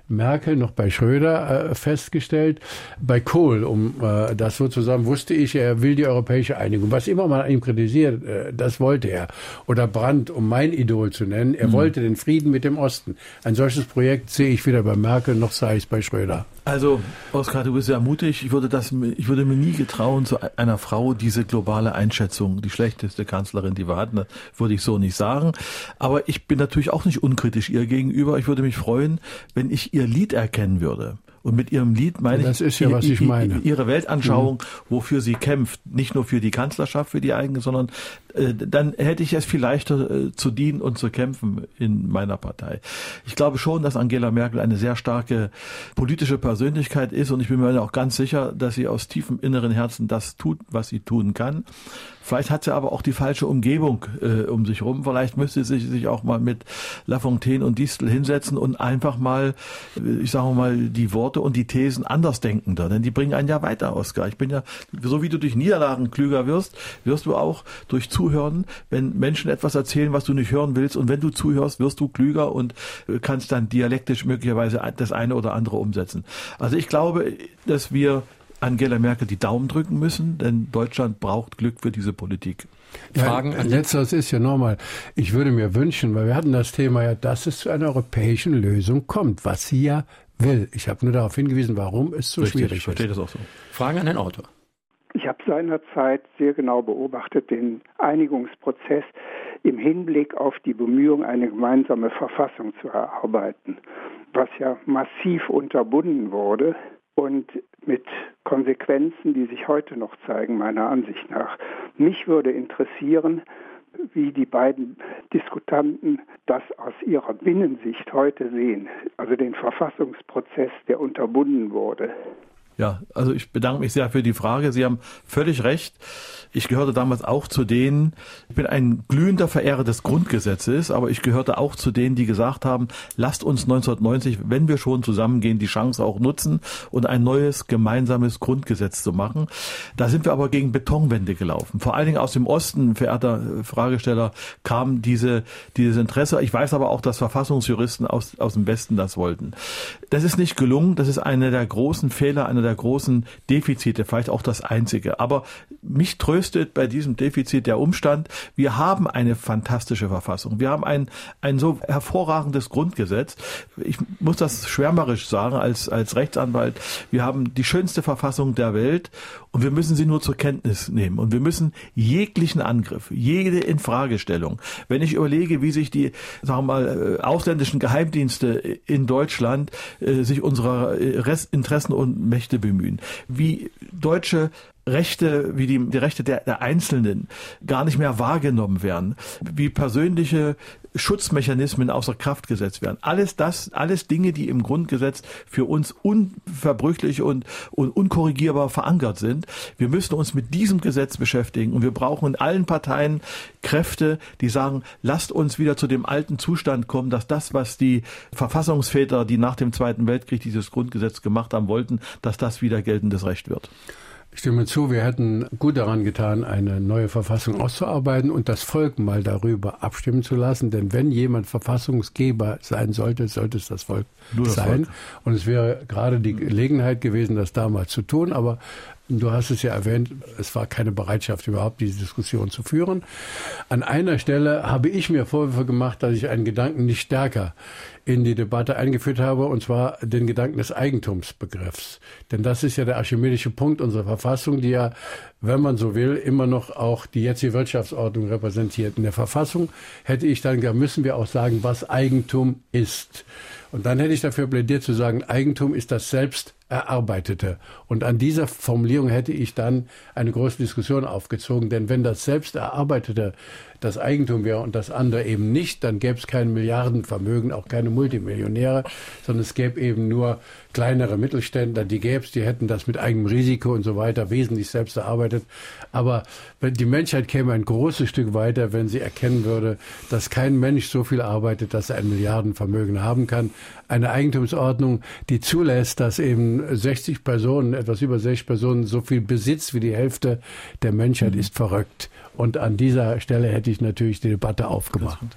Merkel noch bei Schröder festgestellt. Bei Kohl, um das so zu sagen, wusste ich, er will die europäische Einigung. Was immer man an ihm kritisiert, das wollte er. Oder Brandt, um mein Idol zu nennen, er wollte den Frieden mit dem Osten. Ein solches Projekt sehe ich weder bei Merkel noch sei es bei Schröder. Also, Oskar, du bist sehr mutig. Ich würde mir nie getrauen, zu einer Frau diese globale Einschätzung, die schlechteste Kanzlerin, die wir hatten, würde ich so nicht sagen. Aber ich bin natürlich auch nicht unkritisch ihr gegenüber. Ich würde mich freuen, wenn ich ihr Lied erkennen würde. Und mit ihrem Lied meine das ist ja, was ich meine. Ihre Weltanschauung, wofür sie kämpft. Nicht nur für die Kanzlerschaft, für die eigene, sondern dann hätte ich es viel leichter zu dienen und zu kämpfen in meiner Partei. Ich glaube schon, dass Angela Merkel eine sehr starke politische Persönlichkeit ist und ich bin mir auch ganz sicher, dass sie aus tiefem inneren Herzen das tut, was sie tun kann. Vielleicht hat sie aber auch die falsche Umgebung um sich rum. Vielleicht müsste sie sich auch mal mit Lafontaine und Distel hinsetzen und einfach mal, ich sage mal, die Worte und die Thesen andersdenkender, denn die bringen einen ja weiter, Oskar. Ich bin ja, so wie du durch Niederlagen klüger wirst du auch durch Zuhören, wenn Menschen etwas erzählen, was du nicht hören willst, und wenn du zuhörst, wirst du klüger und kannst dann dialektisch möglicherweise das eine oder andere umsetzen. Also ich glaube, dass wir Angela Merkel die Daumen drücken müssen, denn Deutschland braucht Glück für diese Politik. Fragen? Letzteres ist ja normal. Ich würde mir wünschen, weil wir hatten das Thema ja, dass es zu einer europäischen Lösung kommt, was sie ja will. Ich habe nur darauf hingewiesen, warum es so schwierig ist. Ich verstehe das auch so. Fragen an den Autor. Ich habe seinerzeit sehr genau beobachtet den Einigungsprozess im Hinblick auf die Bemühungen, eine gemeinsame Verfassung zu erarbeiten, was ja massiv unterbunden wurde und mit Konsequenzen, die sich heute noch zeigen, meiner Ansicht nach. Mich würde interessieren, wie die beiden Diskutanten das aus ihrer Binnensicht heute sehen, also den Verfassungsprozess, der unterbunden wurde. Ja, also ich bedanke mich sehr für die Frage. Sie haben völlig recht. Ich gehörte damals auch zu denen, ich bin ein glühender Verehrer des Grundgesetzes, aber ich gehörte auch zu denen, die gesagt haben, lasst uns 1990, wenn wir schon zusammengehen, die Chance auch nutzen und ein neues gemeinsames Grundgesetz zu machen. Da sind wir aber gegen Betonwände gelaufen. Vor allen Dingen aus dem Osten, verehrter Fragesteller, kam dieses Interesse. Ich weiß aber auch, dass Verfassungsjuristen aus dem Westen das wollten. Das ist nicht gelungen. Das ist einer der großen Fehler, einer der großen Defizite, vielleicht auch das einzige. Aber mich tröstet bei diesem Defizit der Umstand, wir haben eine fantastische Verfassung. Wir haben ein so hervorragendes Grundgesetz. Ich muss das schwärmerisch sagen als Rechtsanwalt. Wir haben die schönste Verfassung der Welt und wir müssen sie nur zur Kenntnis nehmen. Und wir müssen jeglichen Angriff, jede Infragestellung, wenn ich überlege, wie sich die, sagen wir mal, ausländischen Geheimdienste in Deutschland sich unserer Interessen und Mächte bemühen, wie deutsche Rechte, wie die Rechte der Einzelnen gar nicht mehr wahrgenommen werden, wie persönliche Schutzmechanismen außer Kraft gesetzt werden. Alles Dinge, die im Grundgesetz für uns unverbrüchlich und unkorrigierbar verankert sind. Wir müssen uns mit diesem Gesetz beschäftigen und wir brauchen in allen Parteien Kräfte, die sagen, lasst uns wieder zu dem alten Zustand kommen, dass das, was die Verfassungsväter, die nach dem Zweiten Weltkrieg dieses Grundgesetz gemacht haben wollten, dass das wieder geltendes Recht wird. Ich stimme zu, wir hätten gut daran getan, eine neue Verfassung auszuarbeiten und das Volk mal darüber abstimmen zu lassen. Denn wenn jemand Verfassungsgeber sein sollte, sollte es das Volk sein. Und es wäre gerade die Gelegenheit gewesen, das damals zu tun. Aber du hast es ja erwähnt, es war keine Bereitschaft, überhaupt diese Diskussion zu führen. An einer Stelle habe ich mir Vorwürfe gemacht, dass ich einen Gedanken nicht stärker in die Debatte eingeführt habe, und zwar den Gedanken des Eigentumsbegriffs. Denn das ist ja der archimedische Punkt unserer Verfassung, die ja, wenn man so will, immer noch auch die jetzige Wirtschaftsordnung repräsentiert. In der Verfassung hätte ich dann gesagt, müssen wir auch sagen, was Eigentum ist. Und dann hätte ich dafür plädiert zu sagen, Eigentum ist das selbst Erarbeitete. Und an dieser Formulierung hätte ich dann eine große Diskussion aufgezogen. Denn wenn das selbst Erarbeitete das Eigentum wäre und das andere eben nicht, dann gäbe es kein Milliardenvermögen, auch keine Multimillionäre, sondern es gäbe eben nur kleinere Mittelständler, die hätten das mit eigenem Risiko und so weiter wesentlich selbst erarbeitet. Aber die Menschheit käme ein großes Stück weiter, wenn sie erkennen würde, dass kein Mensch so viel arbeitet, dass er ein Milliardenvermögen haben kann. Eine Eigentumsordnung, die zulässt, dass eben 60 Personen, etwas über 60 Personen, so viel Besitz wie die Hälfte der Menschheit ist verrückt. Und an dieser Stelle hätte ich natürlich die Debatte aufgemacht.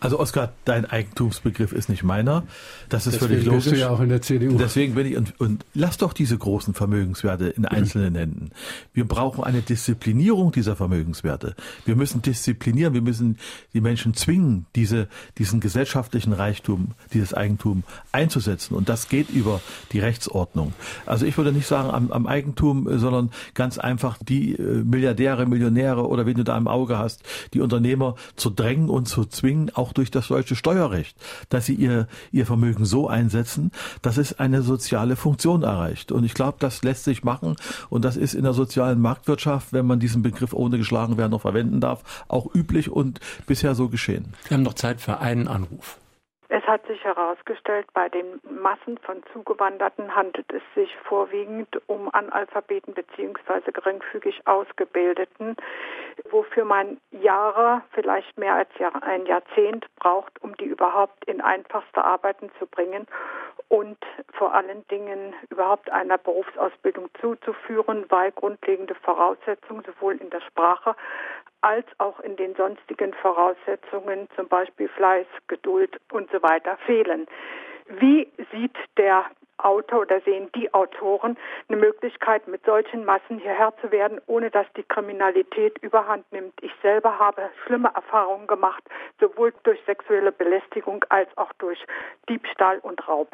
Also Oskar, dein Eigentumsbegriff ist nicht meiner. Das ist Deswegen völlig logisch. bist du ja auch in der CDU. Deswegen bin ich und lass doch diese großen Vermögenswerte in einzelnen Händen. Wir brauchen eine Disziplinierung dieser Vermögenswerte. Wir müssen disziplinieren, wir müssen die Menschen zwingen, diesen gesellschaftlichen Reichtum, dieses Eigentum einzusetzen. Und das geht über die Rechtsordnung. Also ich würde nicht sagen am Eigentum, sondern ganz einfach die Milliardäre, Millionäre oder wen du da im Auge hast, die Unternehmer zu drängen und zu zwingen, auch durch das deutsche Steuerrecht, dass sie ihr Vermögen so einsetzen, dass es eine soziale Funktion erreicht. Und ich glaube, das lässt sich machen und das ist in der sozialen Marktwirtschaft, wenn man diesen Begriff ohne geschlagen werden noch verwenden darf, auch üblich und bisher so geschehen. Wir haben noch Zeit für einen Anruf. Es hat sich herausgestellt, bei den Massen von Zugewanderten handelt es sich vorwiegend um Analphabeten bzw. geringfügig Ausgebildeten, wofür man Jahre, vielleicht mehr als ein Jahrzehnt braucht, um die überhaupt in einfachste Arbeiten zu bringen und vor allen Dingen überhaupt einer Berufsausbildung zuzuführen, weil grundlegende Voraussetzungen sowohl in der Sprache als auch in den sonstigen Voraussetzungen, zum Beispiel Fleiß, Geduld und so weiter, fehlen. Wie sieht der Autor oder sehen die Autoren eine Möglichkeit, mit solchen Massen hierher zu werden, ohne dass die Kriminalität überhand nimmt? Ich selber habe schlimme Erfahrungen gemacht, sowohl durch sexuelle Belästigung als auch durch Diebstahl und Raub.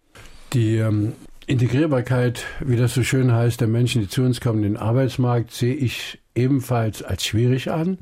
Die Integrierbarkeit, wie das so schön heißt, der Menschen, die zu uns kommen, in den Arbeitsmarkt, sehe ich ebenfalls als schwierig an,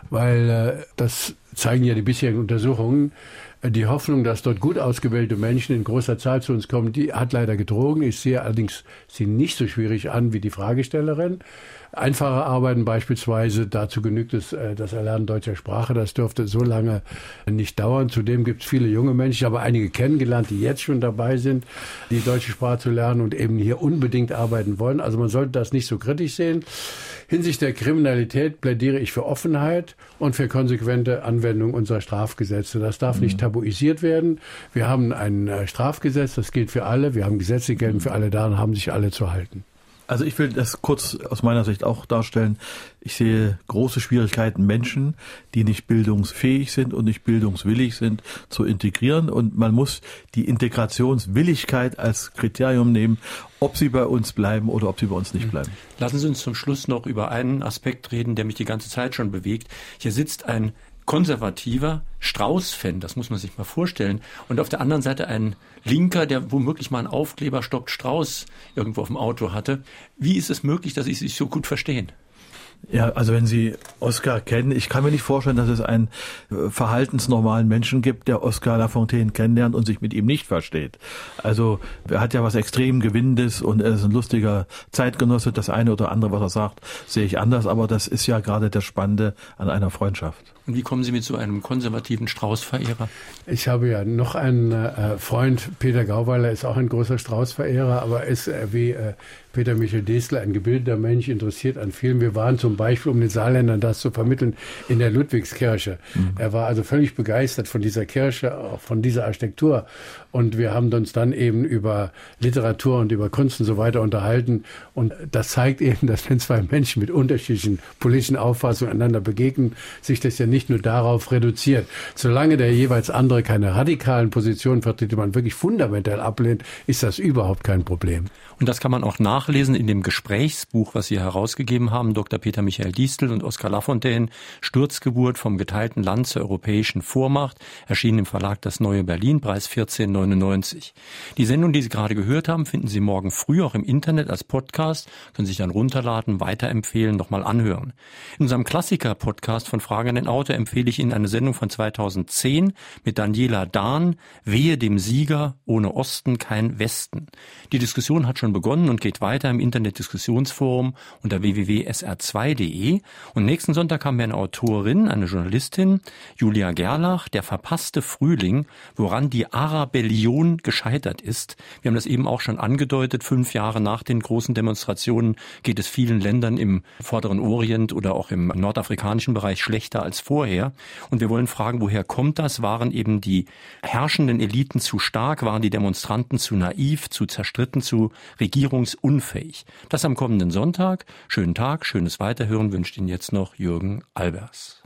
weil das zeigen ja die bisherigen Untersuchungen. Die Hoffnung, dass dort gut ausgebildete Menschen in großer Zahl zu uns kommen, die hat leider gedrogen. Ich sehe allerdings sie nicht so schwierig an wie die Fragestellerin. Einfache Arbeiten beispielsweise, dazu genügt es das Erlernen deutscher Sprache, das dürfte so lange nicht dauern. Zudem gibt es viele junge Menschen, ich habe einige kennengelernt, die jetzt schon dabei sind, die deutsche Sprache zu lernen und eben hier unbedingt arbeiten wollen. Also man sollte das nicht so kritisch sehen. Hinsichtlich der Kriminalität plädiere ich für Offenheit und für konsequente Anwendung unserer Strafgesetze. Das darf nicht tabuisiert werden. Wir haben ein Strafgesetz, das gilt für alle. Wir haben Gesetze, die gelten für alle, daran haben sich alle zu halten. Also ich will das kurz aus meiner Sicht auch darstellen. Ich sehe große Schwierigkeiten, Menschen, die nicht bildungsfähig sind und nicht bildungswillig sind, zu integrieren. Und man muss die Integrationswilligkeit als Kriterium nehmen, ob sie bei uns bleiben oder ob sie bei uns nicht bleiben. Lassen Sie uns zum Schluss noch über einen Aspekt reden, der mich die ganze Zeit schon bewegt. Hier sitzt ein konservativer Strauß-Fan, das muss man sich mal vorstellen. Und auf der anderen Seite ein Linker, der womöglich mal einen Aufkleber stoppt Strauß irgendwo auf dem Auto hatte. Wie ist es möglich, dass Sie sich so gut verstehen? Ja, also wenn Sie Oskar kennen, ich kann mir nicht vorstellen, dass es einen verhaltensnormalen Menschen gibt, der Oskar Lafontaine kennenlernt und sich mit ihm nicht versteht. Also er hat ja was extrem Gewinnendes und er ist ein lustiger Zeitgenosse. Das eine oder andere, was er sagt, sehe ich anders, aber das ist ja gerade das Spannende an einer Freundschaft. Und wie kommen Sie mit so einem konservativen Strauß-Verehrer? Ich habe ja noch einen Freund, Peter Gauweiler ist auch ein großer Strauß-Verehrer, aber ist wie Peter Michael Diestel ein gebildeter Mensch, interessiert an Filmen. Wir waren zum Beispiel, um den Saarländern das zu vermitteln, in der Ludwigskirche. Er war also völlig begeistert von dieser Kirche, auch von dieser Architektur. Und wir haben uns dann eben über Literatur und über Kunst und so weiter unterhalten. Und das zeigt eben, dass wenn zwei Menschen mit unterschiedlichen politischen Auffassungen einander begegnen, sich das ja nicht nur darauf reduziert. Solange der jeweils andere keine radikalen Positionen vertritt, die man wirklich fundamental ablehnt, ist das überhaupt kein Problem. Und das kann man auch nachlesen in dem Gesprächsbuch, was Sie herausgegeben haben, Dr. Peter Michael Diestel und Oskar Lafontaine, Sturzgeburt vom geteilten Land zur europäischen Vormacht, erschienen im Verlag Das Neue Berlin, Preis 14,99. Die Sendung, die Sie gerade gehört haben, finden Sie morgen früh auch im Internet als Podcast, können sich dann runterladen, weiterempfehlen, nochmal anhören. In unserem Klassiker-Podcast von Frage an den Autor empfehle ich Ihnen eine Sendung von 2010 mit Daniela Dahn, Wehe dem Sieger, ohne Osten kein Westen. Die Diskussion hat schon begonnen und geht weiter im Internet-Diskussionsforum unter www.sr2.de. Und nächsten Sonntag haben wir eine Autorin, eine Journalistin, Julia Gerlach, Der verpasste Frühling, woran die Arabellion gescheitert ist. Wir haben das eben auch schon angedeutet, 5 Jahre nach den großen Demonstrationen geht es vielen Ländern im Vorderen Orient oder auch im nordafrikanischen Bereich schlechter als vorher. Und wir wollen fragen, woher kommt das? Waren eben die herrschenden Eliten zu stark? Waren die Demonstranten zu naiv, zu zerstritten, zu regierungsunfähig? Das am kommenden Sonntag. Schönen Tag, schönes Weiterhören wünscht Ihnen jetzt noch Jürgen Albers.